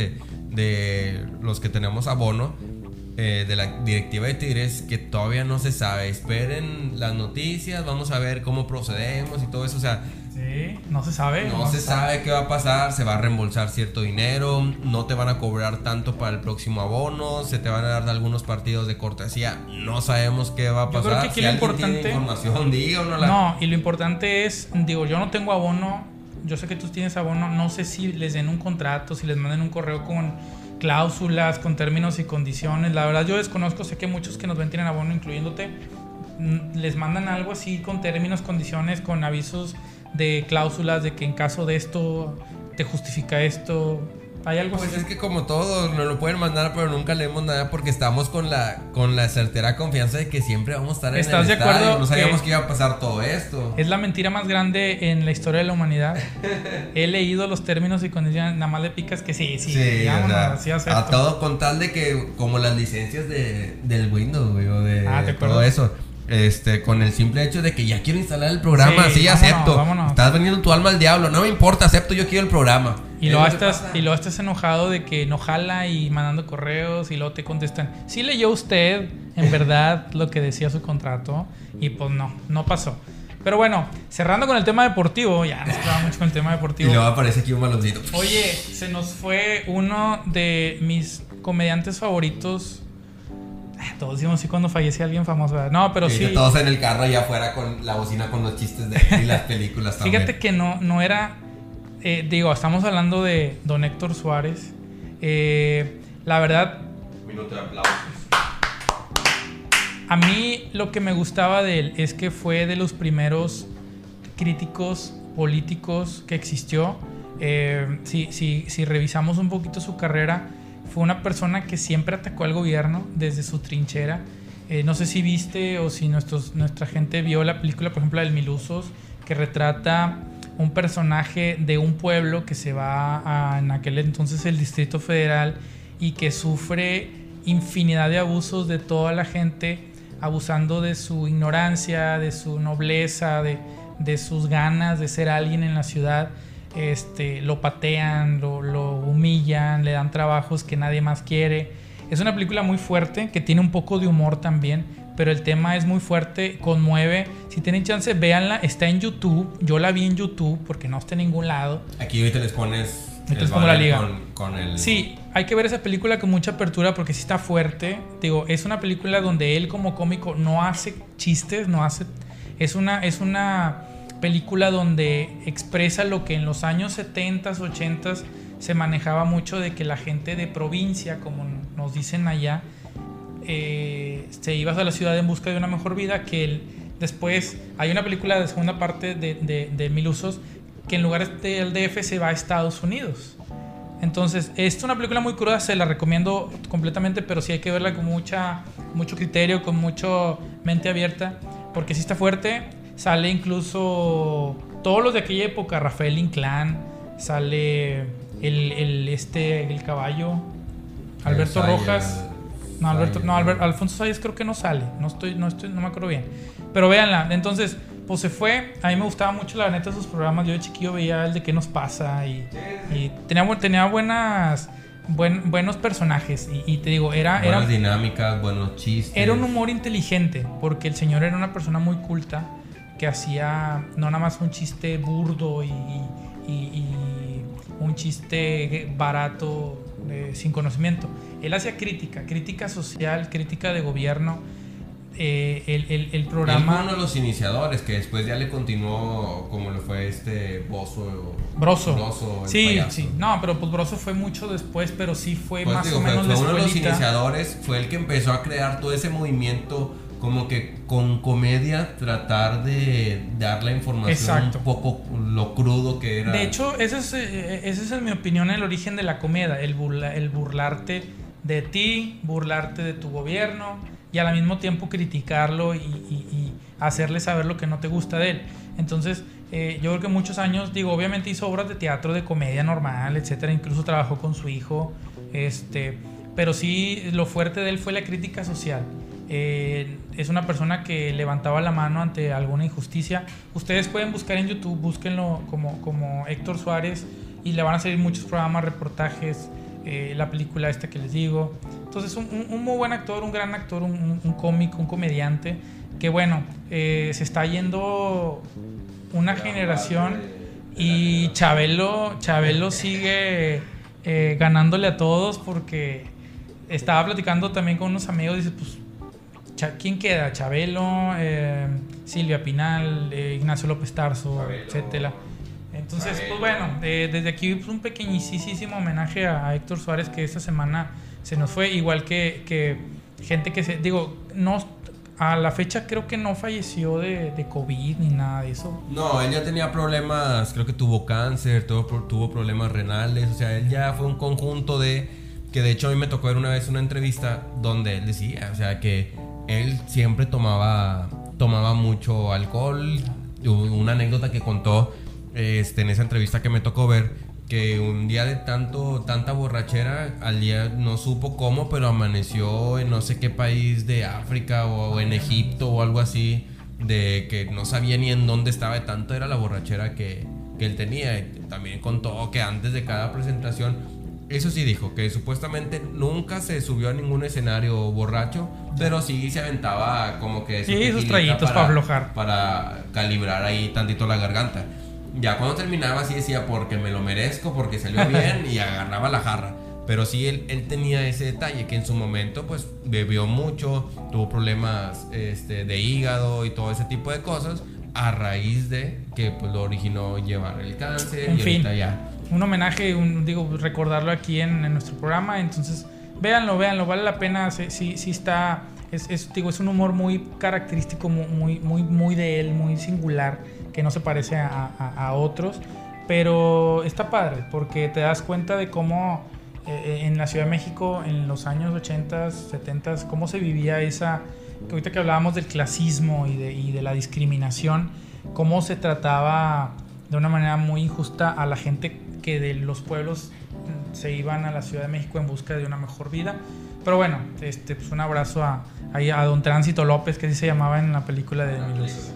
de los que tenemos abono, de la directiva de Tigres, que todavía no se sabe. Esperen las noticias, vamos a ver cómo procedemos y todo eso. O sea, sí, no se sabe. No se sabe qué va a pasar. Se va a reembolsar cierto dinero, no te van a cobrar tanto para el próximo abono, se te van a dar algunos partidos de cortesía. No sabemos qué va a pasar. Yo creo que aquí si lo alguien importante, tiene información, díganosla. No, y lo importante es, yo no tengo abono, yo sé que tú tienes abono, no sé si les den un contrato, si les manden un correo con cláusulas, con términos y condiciones. La verdad yo desconozco, sé que muchos que nos ven tienen abono, incluyéndote, les mandan algo así con términos, condiciones, con avisos de cláusulas de que en caso de esto te justifica esto. ¿Hay algo pues así? Es que como todos nos lo pueden mandar, pero nunca leemos nada porque estamos con la certera confianza de que siempre vamos a estar en el estadio. ¿Estás de acuerdo? No sabíamos que iba a pasar todo esto. Es la mentira más grande en la historia de la humanidad. He leído los términos y condiciones, nada más le picas que sí, vámonos, así a todo con tal de que, como las licencias del Windows, güey, o de todo eso. Con el simple hecho de que ya quiero instalar el programa, sí, vámonos, acepto. Vámonos. Estás vendiendo tu alma al diablo, no me importa, acepto, yo quiero el programa. Y luego estás enojado de que no jala y mandando correos y luego te contestan, ¿sí leyó usted en verdad lo que decía su contrato? Y pues no pasó. Pero bueno, cerrando con el tema deportivo, ya nos quedamos mucho con el tema deportivo. Y luego aparece aquí un baloncito. Oye, se nos fue uno de mis comediantes favoritos. Todos decimos sí cuando fallece alguien famoso, ¿verdad? No, pero sí. Todos en el carro allá afuera con la bocina con los chistes de y las películas también. Fíjate que no era... estamos hablando de don Héctor Suárez. La verdad... Minuto de aplausos. A mí lo que me gustaba de él es que fue de los primeros críticos políticos que existió. Si revisamos un poquito su carrera, fue una persona que siempre atacó al gobierno desde su trinchera. No sé si viste o si nuestra gente vio la película, por ejemplo, del Milusos, que retrata un personaje de un pueblo que se va en aquel entonces el Distrito Federal y que sufre infinidad de abusos de toda la gente, abusando de su ignorancia, de su nobleza, de sus ganas de ser alguien en la ciudad. Lo patean, lo humillan, le dan trabajos que nadie más quiere. Es una película muy fuerte, que tiene un poco de humor también, pero el tema es muy fuerte, conmueve. Si tienen chance, véanla, está en YouTube. Yo la vi en YouTube porque no está en ningún lado. Aquí ahorita les pones la liga. Con el... Sí, hay que ver esa película con mucha apertura porque sí está fuerte. Digo, es una película donde él como cómico no hace chistes, es una película donde expresa lo que en los años 70s, 80s se manejaba mucho, de que la gente de provincia, como nos dicen allá, se iba a la ciudad en busca de una mejor vida. Después hay una película de segunda parte de Milusos, que en lugar del DF se va a Estados Unidos. Entonces, es una película muy cruda, se la recomiendo completamente, pero sí hay que verla con mucho criterio, con mucho mente abierta, porque sí está fuerte. Sale incluso todos los de aquella época, Rafael Inclán, sale el caballo, Alberto Rojas. No, Alfonso Sayas creo que no sale, no me acuerdo bien. Pero véanla, entonces, pues se fue. A mí me gustaba mucho, la neta, sus programas. Yo de chiquillo veía el de qué nos pasa y tenía buenos personajes. Y te digo, buenas dinámicas, buenos chistes. Era un humor inteligente, porque el señor era una persona muy culta que hacía no nada más un chiste burdo y un chiste barato sin conocimiento. Él hacía crítica social, crítica de gobierno. El programa. Él fue uno de los iniciadores que después ya le continuó, como le fue Broso. Sí. No, pero pues Broso fue mucho después, pero sí fue pues más o menos fue uno de los iniciadores, fue el que empezó a crear todo ese movimiento, como que con comedia tratar de dar la información. Exacto. Un poco lo crudo que era. De hecho, ese es en mi opinión el origen de la comedia, el burlarte de ti, burlarte de tu gobierno y al mismo tiempo criticarlo y hacerle saber lo que no te gusta de él. Entonces, yo creo que muchos años, obviamente hizo obras de teatro, de comedia normal, etcétera, incluso trabajó con su hijo, pero sí, lo fuerte de él fue la crítica social. Es una persona que levantaba la mano ante alguna injusticia. Ustedes pueden buscar en YouTube, búsquenlo como Héctor Suárez y le van a salir muchos programas, reportajes, la película esta que les digo. Entonces un muy buen actor, un gran actor, un cómico, un comediante que bueno, se está yendo una generación y Chabelo sigue ganándole a todos, porque estaba platicando también con unos amigos y dice, pues ¿quién queda? Chabelo, Silvia Pinal, Ignacio López Tarso, etcétera. Entonces, pues bueno, desde aquí pues, un pequeñísimo homenaje a Héctor Suárez, que esta semana se nos fue, igual que gente que no, a la fecha creo que no falleció de COVID ni nada de eso. No, él ya tenía problemas, creo que tuvo cáncer, tuvo problemas renales, o sea, él ya fue un conjunto que de hecho a mí me tocó ver una vez una entrevista donde él decía, o sea, que él siempre tomaba mucho alcohol. Una anécdota que contó en esa entrevista que me tocó ver, que un día de tanta borrachera, al día no supo cómo, pero amaneció en no sé qué país de África o en Egipto o algo así, de que no sabía ni en dónde estaba, de tanto era la borrachera que él tenía. Y también contó que antes de cada presentación, eso sí dijo, que supuestamente nunca se subió a ningún escenario borracho, pero sí se aventaba como que sus traguitos para aflojar, para calibrar ahí tantito la garganta. Ya cuando terminaba sí decía, porque me lo merezco, porque salió bien, y agarraba la jarra. Pero sí él tenía ese detalle, que en su momento pues bebió mucho, tuvo problemas de hígado y todo ese tipo de cosas, a raíz de que pues lo originó llevar el cáncer. En fin, ya un homenaje, recordarlo aquí en nuestro programa. Entonces véanlo, vale la pena. Sí está, es un humor muy característico, muy de él, muy singular, que no se parece a otros, pero está padre porque te das cuenta de cómo en la Ciudad de México en los años 80, 70, cómo se vivía esa, que ahorita que hablábamos del clasismo y de la discriminación, cómo se trataba de una manera muy injusta a la gente que de los pueblos se iban a la Ciudad de México en busca de una mejor vida. Pero bueno, pues un abrazo a don Tránsito López, que así se llamaba en la película de Mis Luces.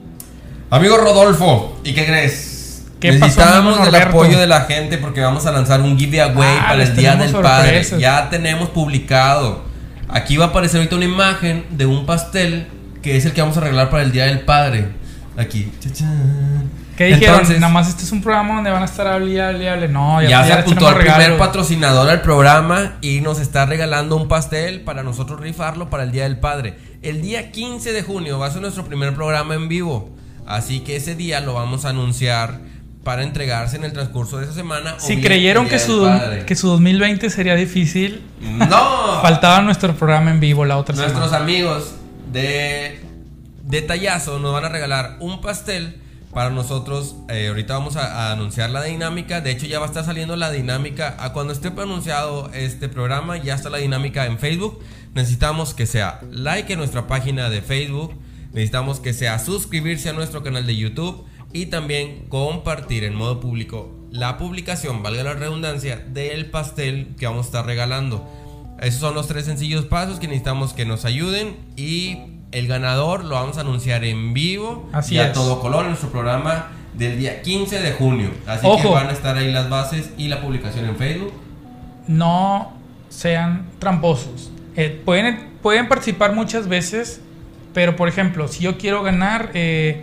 Amigo Rodolfo, ¿y qué crees? Necesitamos el apoyo de la gente porque vamos a lanzar un giveaway para el Día del Padre. Ya tenemos publicado. Aquí va a aparecer ahorita una imagen de un pastel que es el que vamos a regalar para el Día del Padre. Aquí. ¡Chachán! ¿Qué dijeron? Entonces, nada más este es un programa donde van a estar hable. No, ya se apuntó el primer patrocinador al programa y nos está regalando un pastel para nosotros rifarlo para el Día del Padre. El día 15 de junio va a ser nuestro primer programa en vivo. Así que ese día lo vamos a anunciar para entregarse en el transcurso de esa semana. Si creyeron que su 2020 sería difícil, ¡no! Faltaba nuestro programa en vivo la otra Nuestros semana. Amigos de Tallazo nos van a regalar un pastel para nosotros. Ahorita vamos a anunciar la dinámica. De hecho, ya va a estar saliendo la dinámica. Cuando esté anunciado este programa, ya está la dinámica en Facebook. Necesitamos que sea like en nuestra página de Facebook. Necesitamos que sea suscribirse a nuestro canal de YouTube. Y también compartir en modo público la publicación, valga la redundancia, del pastel que vamos a estar regalando. Esos son los 3 sencillos pasos que necesitamos que nos ayuden. Y el ganador lo vamos a anunciar en vivo. Así y a es. todo color en nuestro programa del día 15 de junio. Así Ojo, que van a estar ahí las bases y la publicación en Facebook. no sean tramposos. Pueden participar muchas veces, pero por ejemplo, si yo quiero ganar,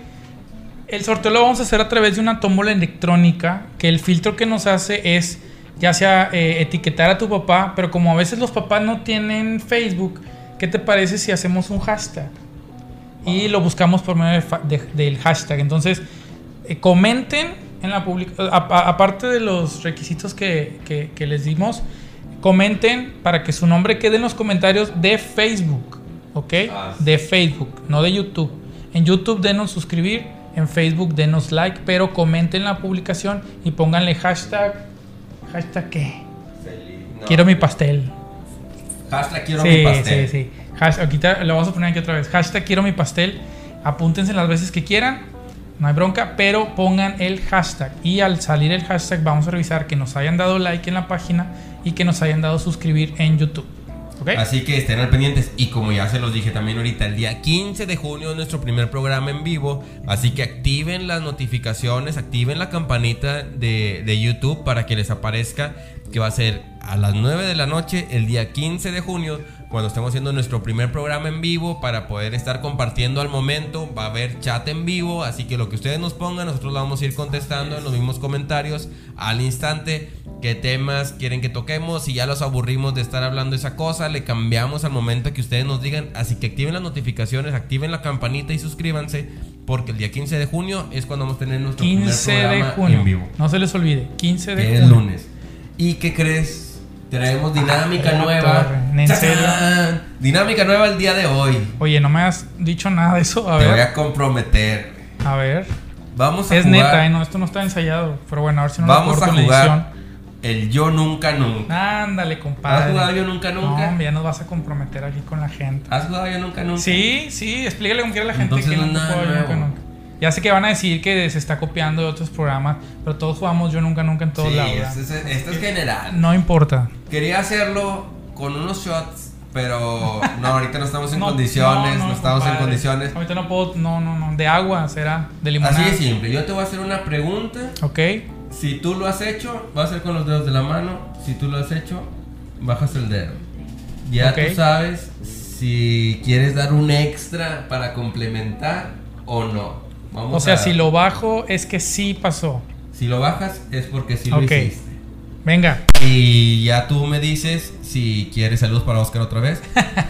el sorteo lo vamos a hacer a través de una tómbola electrónica, que el filtro que nos hace es ya sea etiquetar a tu papá, pero como a veces los papás no tienen Facebook, ¿qué te parece si hacemos un hashtag? Y lo buscamos por medio del hashtag. Entonces, comenten en la publicación, aparte de los requisitos que les dimos, comenten para que su nombre quede en los comentarios de Facebook, ¿ok? De Facebook, no de YouTube. En YouTube denos suscribir, en Facebook denos like, pero comenten la publicación y pónganle hashtag ¿qué? No. Quiero mi pastel. Hashtag quiero mi pastel. Sí. Aquí lo vamos a poner aquí otra vez. Hashtag quiero mi pastel. Apúntense las veces que quieran. No hay bronca, pero pongan el hashtag. Y al salir el hashtag vamos a revisar que nos hayan dado like en la página y que nos hayan dado suscribir en YouTube. ¿Okay? Así que estén al pendientes. Y como ya se los dije también ahorita, el día 15 de junio es nuestro primer programa en vivo. Así que activen las notificaciones, activen la campanita de YouTube para que les aparezca que va a ser a las 9 de la noche el día 15 de junio, cuando estemos haciendo nuestro primer programa en vivo, para poder estar compartiendo al momento. Va a haber chat en vivo, así que lo que ustedes nos pongan, nosotros lo vamos a ir contestando en los mismos comentarios al instante. Qué temas quieren que toquemos, si ya los aburrimos de estar hablando esa cosa, le cambiamos al momento que ustedes nos digan. Así que activen las notificaciones, activen la campanita y suscríbanse, porque el día 15 de junio es cuando vamos a tener nuestro primer programa en vivo. No se les olvide, 15 de junio. Es lunes. ¿Y qué crees? Traemos dinámica nueva. ¿En serio? Dinámica nueva el día de hoy. Oye, no me has dicho nada de eso. Te voy a comprometer. A ver. Vamos a es jugar. Neta, no, esto no está ensayado. Pero bueno, a ver si no vamos lo a corto en la edición. jugar el Yo Nunca Nunca. Ándale, compadre. ¿Has jugado Yo Nunca Nunca? No, ya nos vas a comprometer aquí con la gente. ¿Has jugado Yo Nunca Nunca? Sí, explícale como quiera a la gente. Entonces, que nunca nada jugó Yo nuevo. Nunca Nunca. Ya sé que van a decir que se está copiando de otros programas, pero todos jugamos Yo Nunca Nunca en todos lados. Esto es general. No importa. Quería hacerlo con unos shots, pero no, ahorita no estamos en condiciones. No estamos compadre. en condiciones. Ahorita no puedo. No. De agua será. De limonada. Así de simple. Yo te voy a hacer una pregunta. Ok. Si tú lo has hecho, vas a hacer con los dedos de la mano. Si tú lo has hecho, bajas el dedo. Ya Ok. tú sabes si quieres dar un extra para complementar o no. O sea, si lo bajo es que sí pasó. Si lo bajas es porque sí Ok. lo hiciste. Venga. Y ya tú me dices si quieres, saludos para Oscar otra vez.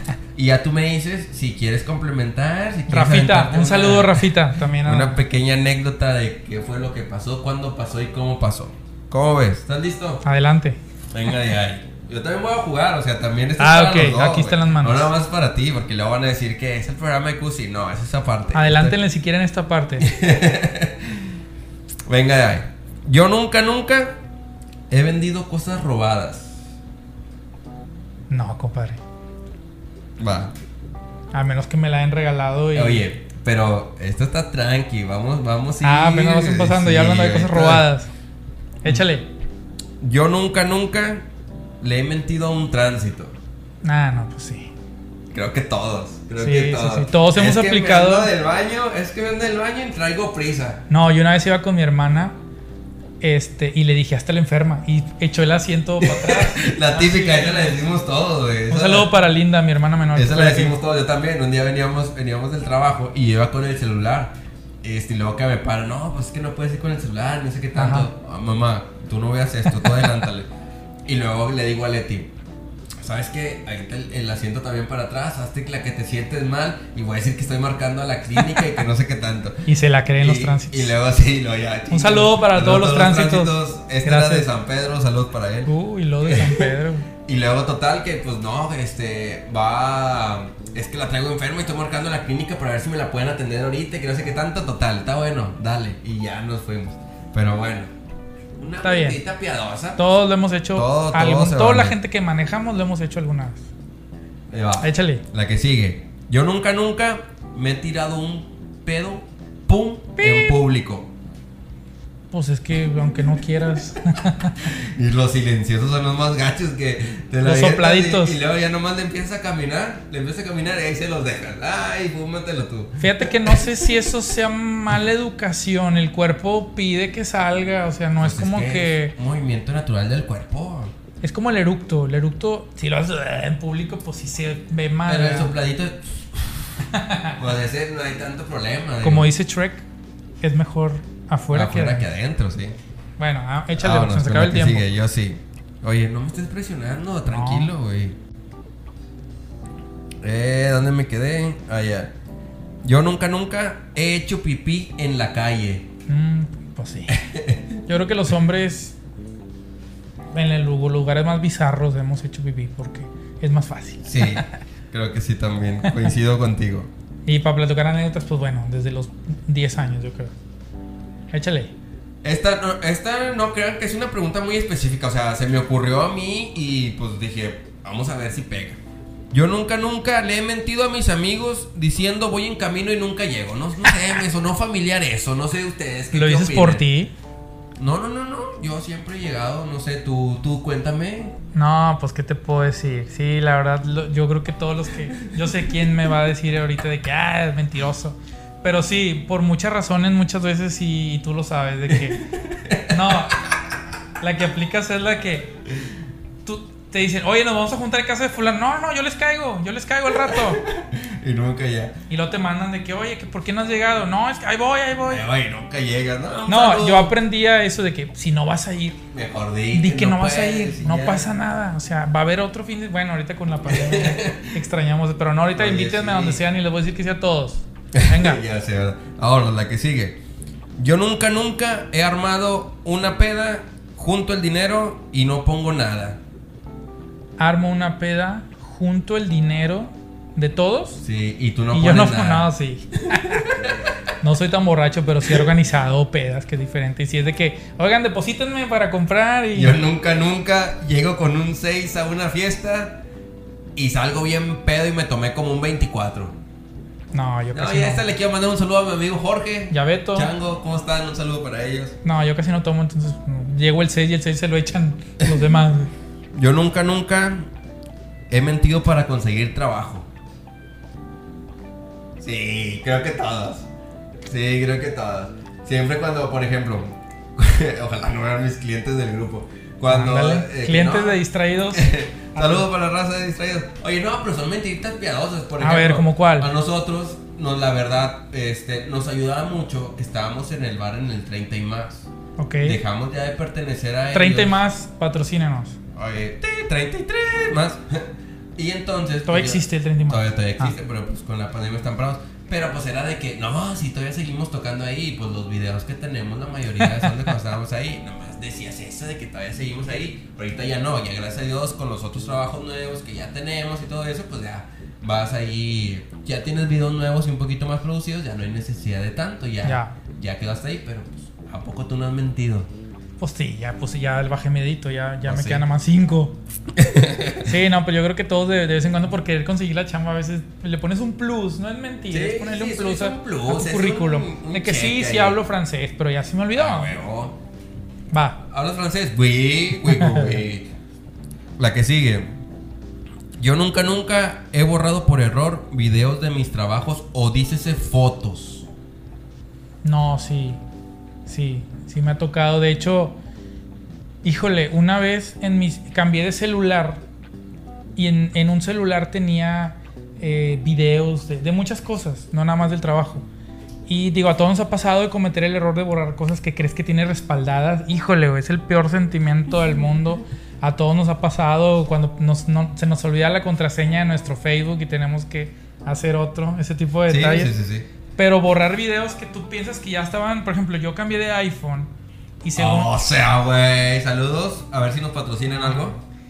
Y ya tú me dices si quieres complementar. Si quieres Rafita, aventarte un saludo Rafita también. Una pequeña anécdota de qué fue lo que pasó, cuándo pasó y cómo pasó. ¿Cómo ves? ¿Estás listo? Adelante. Venga de ahí. Yo también voy a jugar, o sea, también esto es para ok, los dos, aquí están güey. las manos. No nada más para ti, porque luego van a decir que es el programa de Cusi. No, es esa parte. Adelántenle si quieren esta parte. Venga de ahí. Yo nunca he vendido cosas robadas. No, compadre. Va. A menos que me la hayan regalado y... Oye, pero esto está tranqui. Vamos a ir. apenas lo están pasando, ya hablando de cosas ahorita. robadas. Échale. Yo nunca le he mentido a un tránsito. No, pues sí. Creo que todos. Sí. Todos hemos aplicado. Es que vengo del baño y traigo prisa. No, yo una vez iba con mi hermana y le dije hasta la enferma y echó el asiento para atrás. La típica, esa la decimos todos, güey. Un saludo para Linda, mi hermana menor. Esa la decimos todos, yo también. Un día veníamos del trabajo y iba con el celular. Y luego que me para, no, pues es que no puedes ir con el celular, no sé qué tanto. Mamá, tú no veas esto, tú adelántale. Y luego le digo a Leti, ¿sabes qué? Ahí está el asiento también para atrás, hazte la que te sientes mal y voy a decir que estoy marcando a la clínica y que no sé qué tanto. Y se la creen los tránsitos. Y luego sí, lo ya. Un saludo para todos los tránsitos. Este era de San Pedro, saludos para él. Y lo de San Pedro. Y luego total que pues no, va... Es que la traigo enferma y estoy marcando a la clínica para ver si me la pueden atender ahorita, que no sé qué tanto, total, está bueno, dale. Y ya nos fuimos. Pero bueno, una Está bien. mentita piadosa. Todos lo hemos hecho. Toda la gente que manejamos lo hemos hecho alguna vez. Ahí va. Échale. La que sigue. Yo nunca me he tirado un pedo, pum, en público. Pues es que aunque no quieras. Y los silenciosos son los más gachos que te la Los avientas sopladitos. Y luego ya nomás le empiezas a caminar y ahí se los dejas. Ay, fúmatelo tú. Fíjate que no sé si eso sea mala educación. El cuerpo pide que salga. O sea, no Pues es como que. Es un movimiento natural del cuerpo. Es como el eructo. El eructo, si lo haces en público, pues sí se ve mal. Pero el sopladito. Pues ese no hay tanto problema. Como dice Shrek, es mejor afuera que adentro, sí. Bueno, échale, porque se acaba el tiempo. Sigue, yo sí. Oye, no me estés presionando, tranquilo, güey. ¿Dónde me quedé? Ya. Yo nunca he hecho pipí en la calle. Pues sí. Yo creo que los hombres en los lugares más bizarros hemos hecho pipí porque es más fácil. Sí, creo que sí también. Coincido contigo. Y para platicar anécdotas, pues bueno, desde los 10 años, yo creo. Échale. Esta no crean que es una pregunta muy específica. O sea, se me ocurrió a mí y pues dije, vamos a ver si pega. Yo nunca le he mentido a mis amigos diciendo voy en camino y nunca llego. No sé, me sonó familiar eso. No sé ustedes. ¿Lo dices por ti? No. Yo siempre he llegado. No sé, tú cuéntame. No, pues qué te puedo decir. Sí, la verdad, yo creo que todos los que... Yo sé quién me va a decir ahorita de que es mentiroso. Pero sí, por muchas razones, muchas veces, y tú lo sabes, de que... No, la que aplicas es la que... Te dicen, oye, nos vamos a juntar en casa de fulano. No, yo les caigo al rato. Y nunca ya. Y luego te mandan de que, oye, ¿por qué no has llegado? No, es que ahí voy. Ay, nunca llegas, ¿no? No, yo aprendí a eso de que si no vas a ir, mejor di que no vas a ir, no pasa nada. O sea, va a haber otro fin de... Bueno, ahorita con la pandemia extrañamos, pero no, ahorita invítenme a donde sean y les voy a decir que sea a todos. Venga. Ya sé, ¿verdad? Ahora, la que sigue. Yo nunca he armado una peda, junto el dinero y no pongo nada. Armo una peda, junto el dinero de todos. Sí, y tú no pones nada. Y yo no pongo nada, sí. No soy tan borracho, pero sí he organizado pedas, que es diferente. Y si es de que, oigan, deposítenme para comprar y... Yo nunca llego con un 6 a una fiesta y salgo bien pedo y me tomé como un 24. No, yo casi no. Y le quiero mandar un saludo a mi amigo Jorge. Ya Beto. Chango, ¿cómo están? Un saludo para ellos. No, yo casi no tomo, entonces llego el 6 y el 6 se lo echan los demás. Yo nunca he mentido para conseguir trabajo. Sí, creo que todas. Siempre cuando, por ejemplo, ojalá no eran mis clientes del grupo. Cuando clientes de distraídos. Saludos para la raza de distraídos. Oye, no, pero son mentiritas piadosas. Por ejemplo, a ver, ¿cómo cuál? A nosotros, la verdad, nos ayudaba mucho que estábamos en el bar en el 30 y más. Ok. Dejamos ya de pertenecer a 30 ellos. y más, patrocínenos. Oye, 33 más. Y entonces... Todavía existe el 30 y más. Todavía existe, pero pues con la pandemia están parados. Pero pues era de que, no, si todavía seguimos tocando ahí, pues los videos que tenemos, la mayoría son de cuando estábamos ahí. Nomás decías eso de que todavía seguimos ahí. Ahorita ya no, ya gracias a Dios con los otros trabajos nuevos que ya tenemos y todo eso, pues ya vas ahí, ya tienes videos nuevos y un poquito más producidos, ya no hay necesidad de tanto, ya quedaste ahí, pero pues, ¿a poco tú no has mentido? Pues sí, ya bajé mi dedito, ya me sí. quedan nada más 5. Sí, no, pero yo creo que todos de vez en cuando por querer conseguir la chamba a veces le pones un plus, no es mentira, sí, es ponerle un plus a tu es currículum. un de que sí ahí. hablo francés, pero ya se me olvidó. Va. ¿Hablas francés? Oui. La que sigue. Yo nunca he borrado por error videos de mis trabajos o dícese fotos. No, sí me ha tocado. De hecho, híjole, una vez cambié de celular y en un celular tenía videos de muchas cosas, no nada más del trabajo. Y digo, a todos nos ha pasado de cometer el error de borrar cosas que crees que tienes respaldadas. Híjole, es el peor sentimiento del mundo. A todos nos ha pasado cuando se nos olvida la contraseña de nuestro Facebook y tenemos que hacer otro, ese tipo de detalles. Sí. Pero borrar videos que tú piensas que ya estaban. Por ejemplo, yo cambié de iPhone y según... O sea, güey, saludos. A ver si nos patrocinan algo.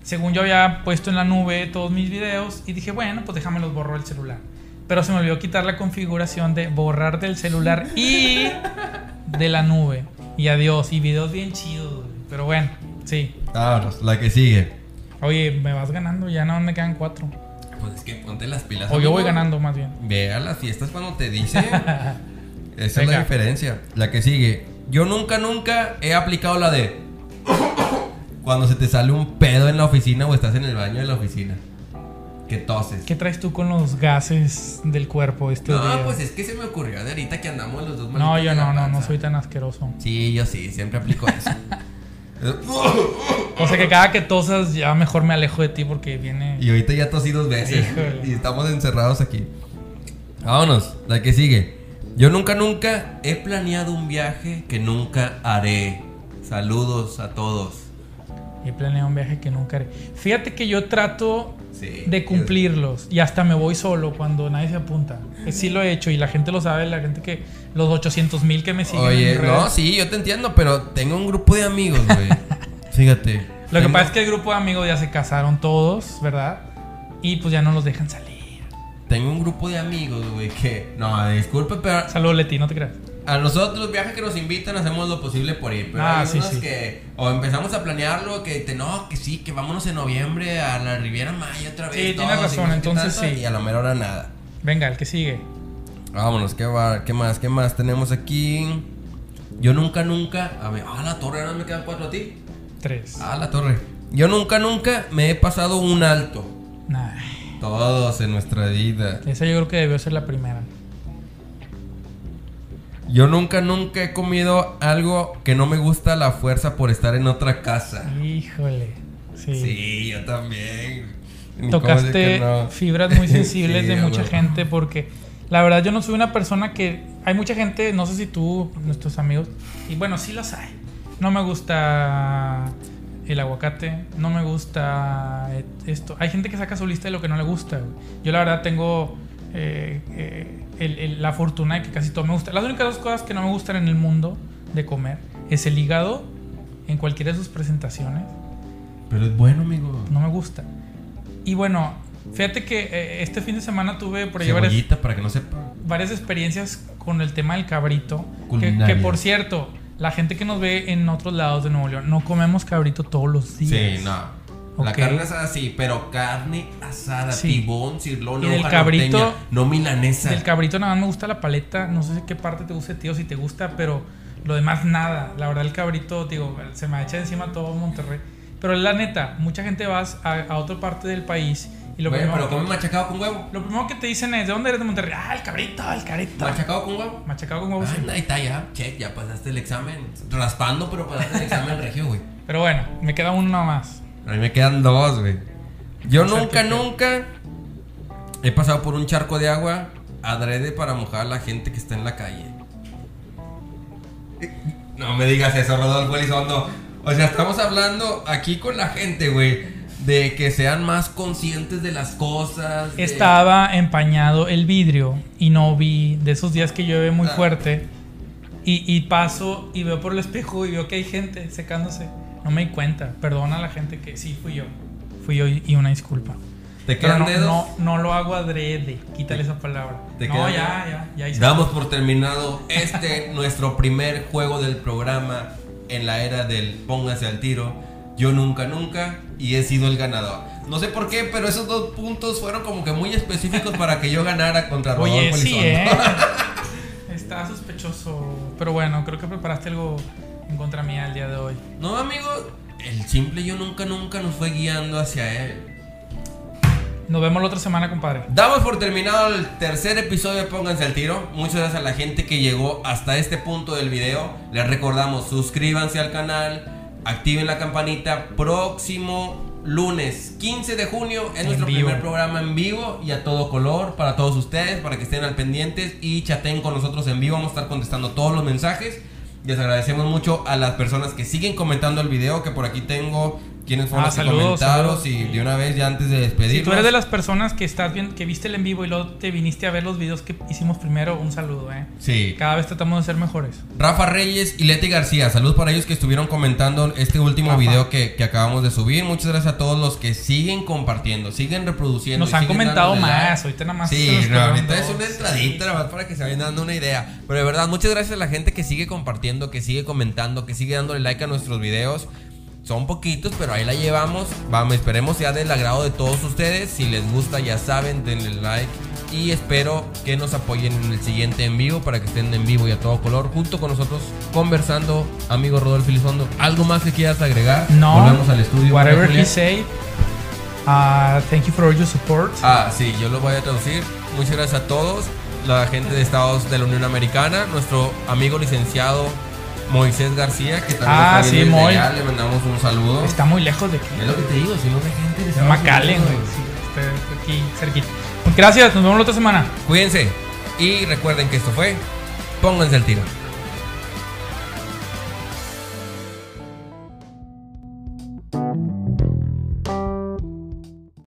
según yo había puesto en la nube todos mis videos y dije, bueno, pues déjame los borro del celular. Pero se me olvidó quitar la configuración de borrar del celular y de la nube. Y adiós, y videos bien chidos, güey. Pero bueno, sí. Vámonos, la que sigue. Oye, me vas ganando, ya no me quedan 4. Pues es que ponte las pilas. O yo voy ganando más bien. Ve a las fiestas cuando te dicen. Esa es Venga. la diferencia. La que sigue. Yo nunca he aplicado la de cuando se te sale un pedo en la oficina o estás en el baño de la oficina. Que toses. ¿Qué traes tú con los gases del cuerpo estos días? No, pues es que se me ocurrió de ahorita que andamos los dos No, malitos yo de la no panza. soy tan asqueroso. Sí, yo sí, siempre aplico eso. O sea que cada que tosas ya mejor me alejo de ti porque viene... Y ahorita ya tosí 2 veces. Híjole. Y estamos encerrados aquí. Vámonos, la que sigue. Yo nunca he planeado un viaje que nunca haré. Saludos a todos. He planeado un viaje que nunca haré. Fíjate que yo trato Sí, de cumplirlos y hasta me voy solo cuando nadie se apunta. Sí lo he hecho y la gente lo sabe, la gente que... Los 800,000 que me siguen Oye, en redes. no, sí, yo te entiendo, pero tengo un grupo de amigos, güey. Fíjate. Lo que pasa es que el grupo de amigos ya se casaron todos, ¿verdad? Y pues ya no los dejan salir. Tengo un grupo de amigos, güey, que... No, disculpe, pero... Saludos, Leti, no te creas. A nosotros los viajes que nos invitan hacemos lo posible por ir. Pero hay Sí, unos sí. que... O empezamos a planearlo, que sí, que vámonos en noviembre a la Riviera Maya otra vez. Sí, todos, tienes razón, y no sé qué entonces tanto, sí. Y a la mera hora nada. Venga, el que sigue. Vámonos, ¿qué más tenemos aquí? Yo nunca... A ver, la torre, ahora me quedan 4 a ti. 3. La torre. Yo nunca me he pasado un alto. Nah. Todos en nuestra vida. Esa yo creo que debió ser la primera. Yo nunca he comido algo que no me gusta a la fuerza por estar en otra casa. Híjole. Sí. Sí, yo también. Ni cómo decir Tocaste que no. fibras muy sensibles Sí, de mucha güey. gente porque la verdad yo no soy una persona que... Hay mucha gente, no sé si tú, nuestros amigos, y bueno, sí los hay. No me gusta el aguacate, no me gusta esto. Hay gente que saca su lista de lo que no le gusta, güey. Yo la verdad tengo la fortuna de que casi todo me gusta. Las únicas 2 cosas que no me gustan en el mundo de comer es el hígado en cualquiera de sus presentaciones. Pero es bueno, amigo. No me gusta. Y bueno, fíjate que este fin de semana tuve por ahí Cebollita, para que no sepa. varias experiencias con el tema del cabrito. Que Culinaria. por cierto, la gente que nos ve en otros lados de Nuevo León, no comemos cabrito todos los días. Sí, no. La Ok. carne asada sí, pero carne asada, Sí. tibón, cirlón, Y del hoja cabrito- norteña, no milanesa. Del cabrito nada más me gusta la paleta. No sé qué parte te gusta, tío, si te gusta, pero lo demás nada. La verdad, el cabrito, digo, se me echa encima todo Monterrey. Pero la neta, mucha gente vas a otra parte del país y lo Bueno, primero, pero come machacado con huevo. lo primero que te dicen es: ¿de dónde eres de Monterrey? El cabrito, el carito. Machacado con huevo. Machacado con huevo, sí. Ahí está, ya. Check, ya pasaste el examen. Raspando, pero pasaste el examen regio, güey. Pero bueno, me queda uno más. A mí me quedan 2, güey. Yo O sea, nunca he pasado por un charco de agua adrede para mojar a la gente que está en la calle. No me digas eso, Rodolfo Elizondo. O sea, estamos hablando aquí con la gente, güey, de que sean más conscientes de las cosas. Estaba empañado el vidrio y no vi de esos días que llueve muy fuerte. Y paso y veo por el espejo y veo que hay gente secándose. No me di cuenta. Perdona a la gente que sí fui yo. Fui yo y una disculpa. ¿Te Pero quedan no, dedos? no lo hago adrede. Quítale esa palabra. ¿Te No, quedan ya hice. Damos por terminado nuestro primer juego del programa en la era del póngase al tiro. Yo nunca y he sido el ganador. No sé por qué, pero esos 2 puntos fueron como que muy específicos para que yo ganara contra Rodolfo Oye, sí, Elizondo. Está sospechoso. Pero bueno, creo que preparaste algo en contra mía el día de hoy. No, amigo, el simple yo nunca nos fue guiando hacia él. Nos vemos la otra semana, compadre. Damos por terminado el tercer episodio de Pónganse al Tiro. Muchas gracias a la gente que llegó hasta este punto del video. Les recordamos, suscríbanse al canal, activen la campanita. Próximo lunes 15 de junio es nuestro vivo. primer programa en vivo y a todo color para todos ustedes, para que estén al pendientes y chateen con nosotros en vivo. Vamos a estar contestando todos los mensajes. Les agradecemos mucho a las personas que siguen comentando el video, que por aquí tengo quiénes fueron los que saludos, comentaron. saludos. Y de una vez, ya antes de despedirnos. Si tú eres de las personas que estás viendo, que viste el en vivo y luego te viniste a ver los videos que hicimos primero, un saludo, Sí. Cada vez tratamos de ser mejores. Rafa Reyes y Leti García, saludos para ellos que estuvieron comentando este último video que acabamos de subir. Muchas gracias a todos los que siguen compartiendo, siguen reproduciendo. Nos han comentado dándole más, like. ahorita nada más. Sí, no, ahorita es una entradita nada más para que se vayan dando una idea. Pero de verdad, muchas gracias a la gente que sigue compartiendo, que sigue comentando, que sigue dándole like a nuestros videos. Son poquitos, pero ahí la llevamos. Vamos, esperemos sea del agrado de todos ustedes. Si les gusta, ya saben, denle like. Y espero que nos apoyen en el siguiente en vivo, para que estén en vivo y a todo color junto con nosotros conversando. Amigo Rodolfo Elizondo, ¿algo más que quieras agregar? No. Volvemos al estudio. Whatever he say. Thank you for all your support. Sí, yo lo voy a traducir. Muchas gracias a todos. La gente de Estados de la Unión Americana. Nuestro amigo licenciado Moisés García, que también está sí, desde Moy. allá. Le mandamos un saludo. Está muy lejos de aquí. Es lo que te digo, si no hay gente de Es Estados McAllen, Unidos. güey. Sí, está aquí cerquita. Gracias, nos vemos la otra semana. Cuídense y recuerden que esto fue Pónganse al Tiro.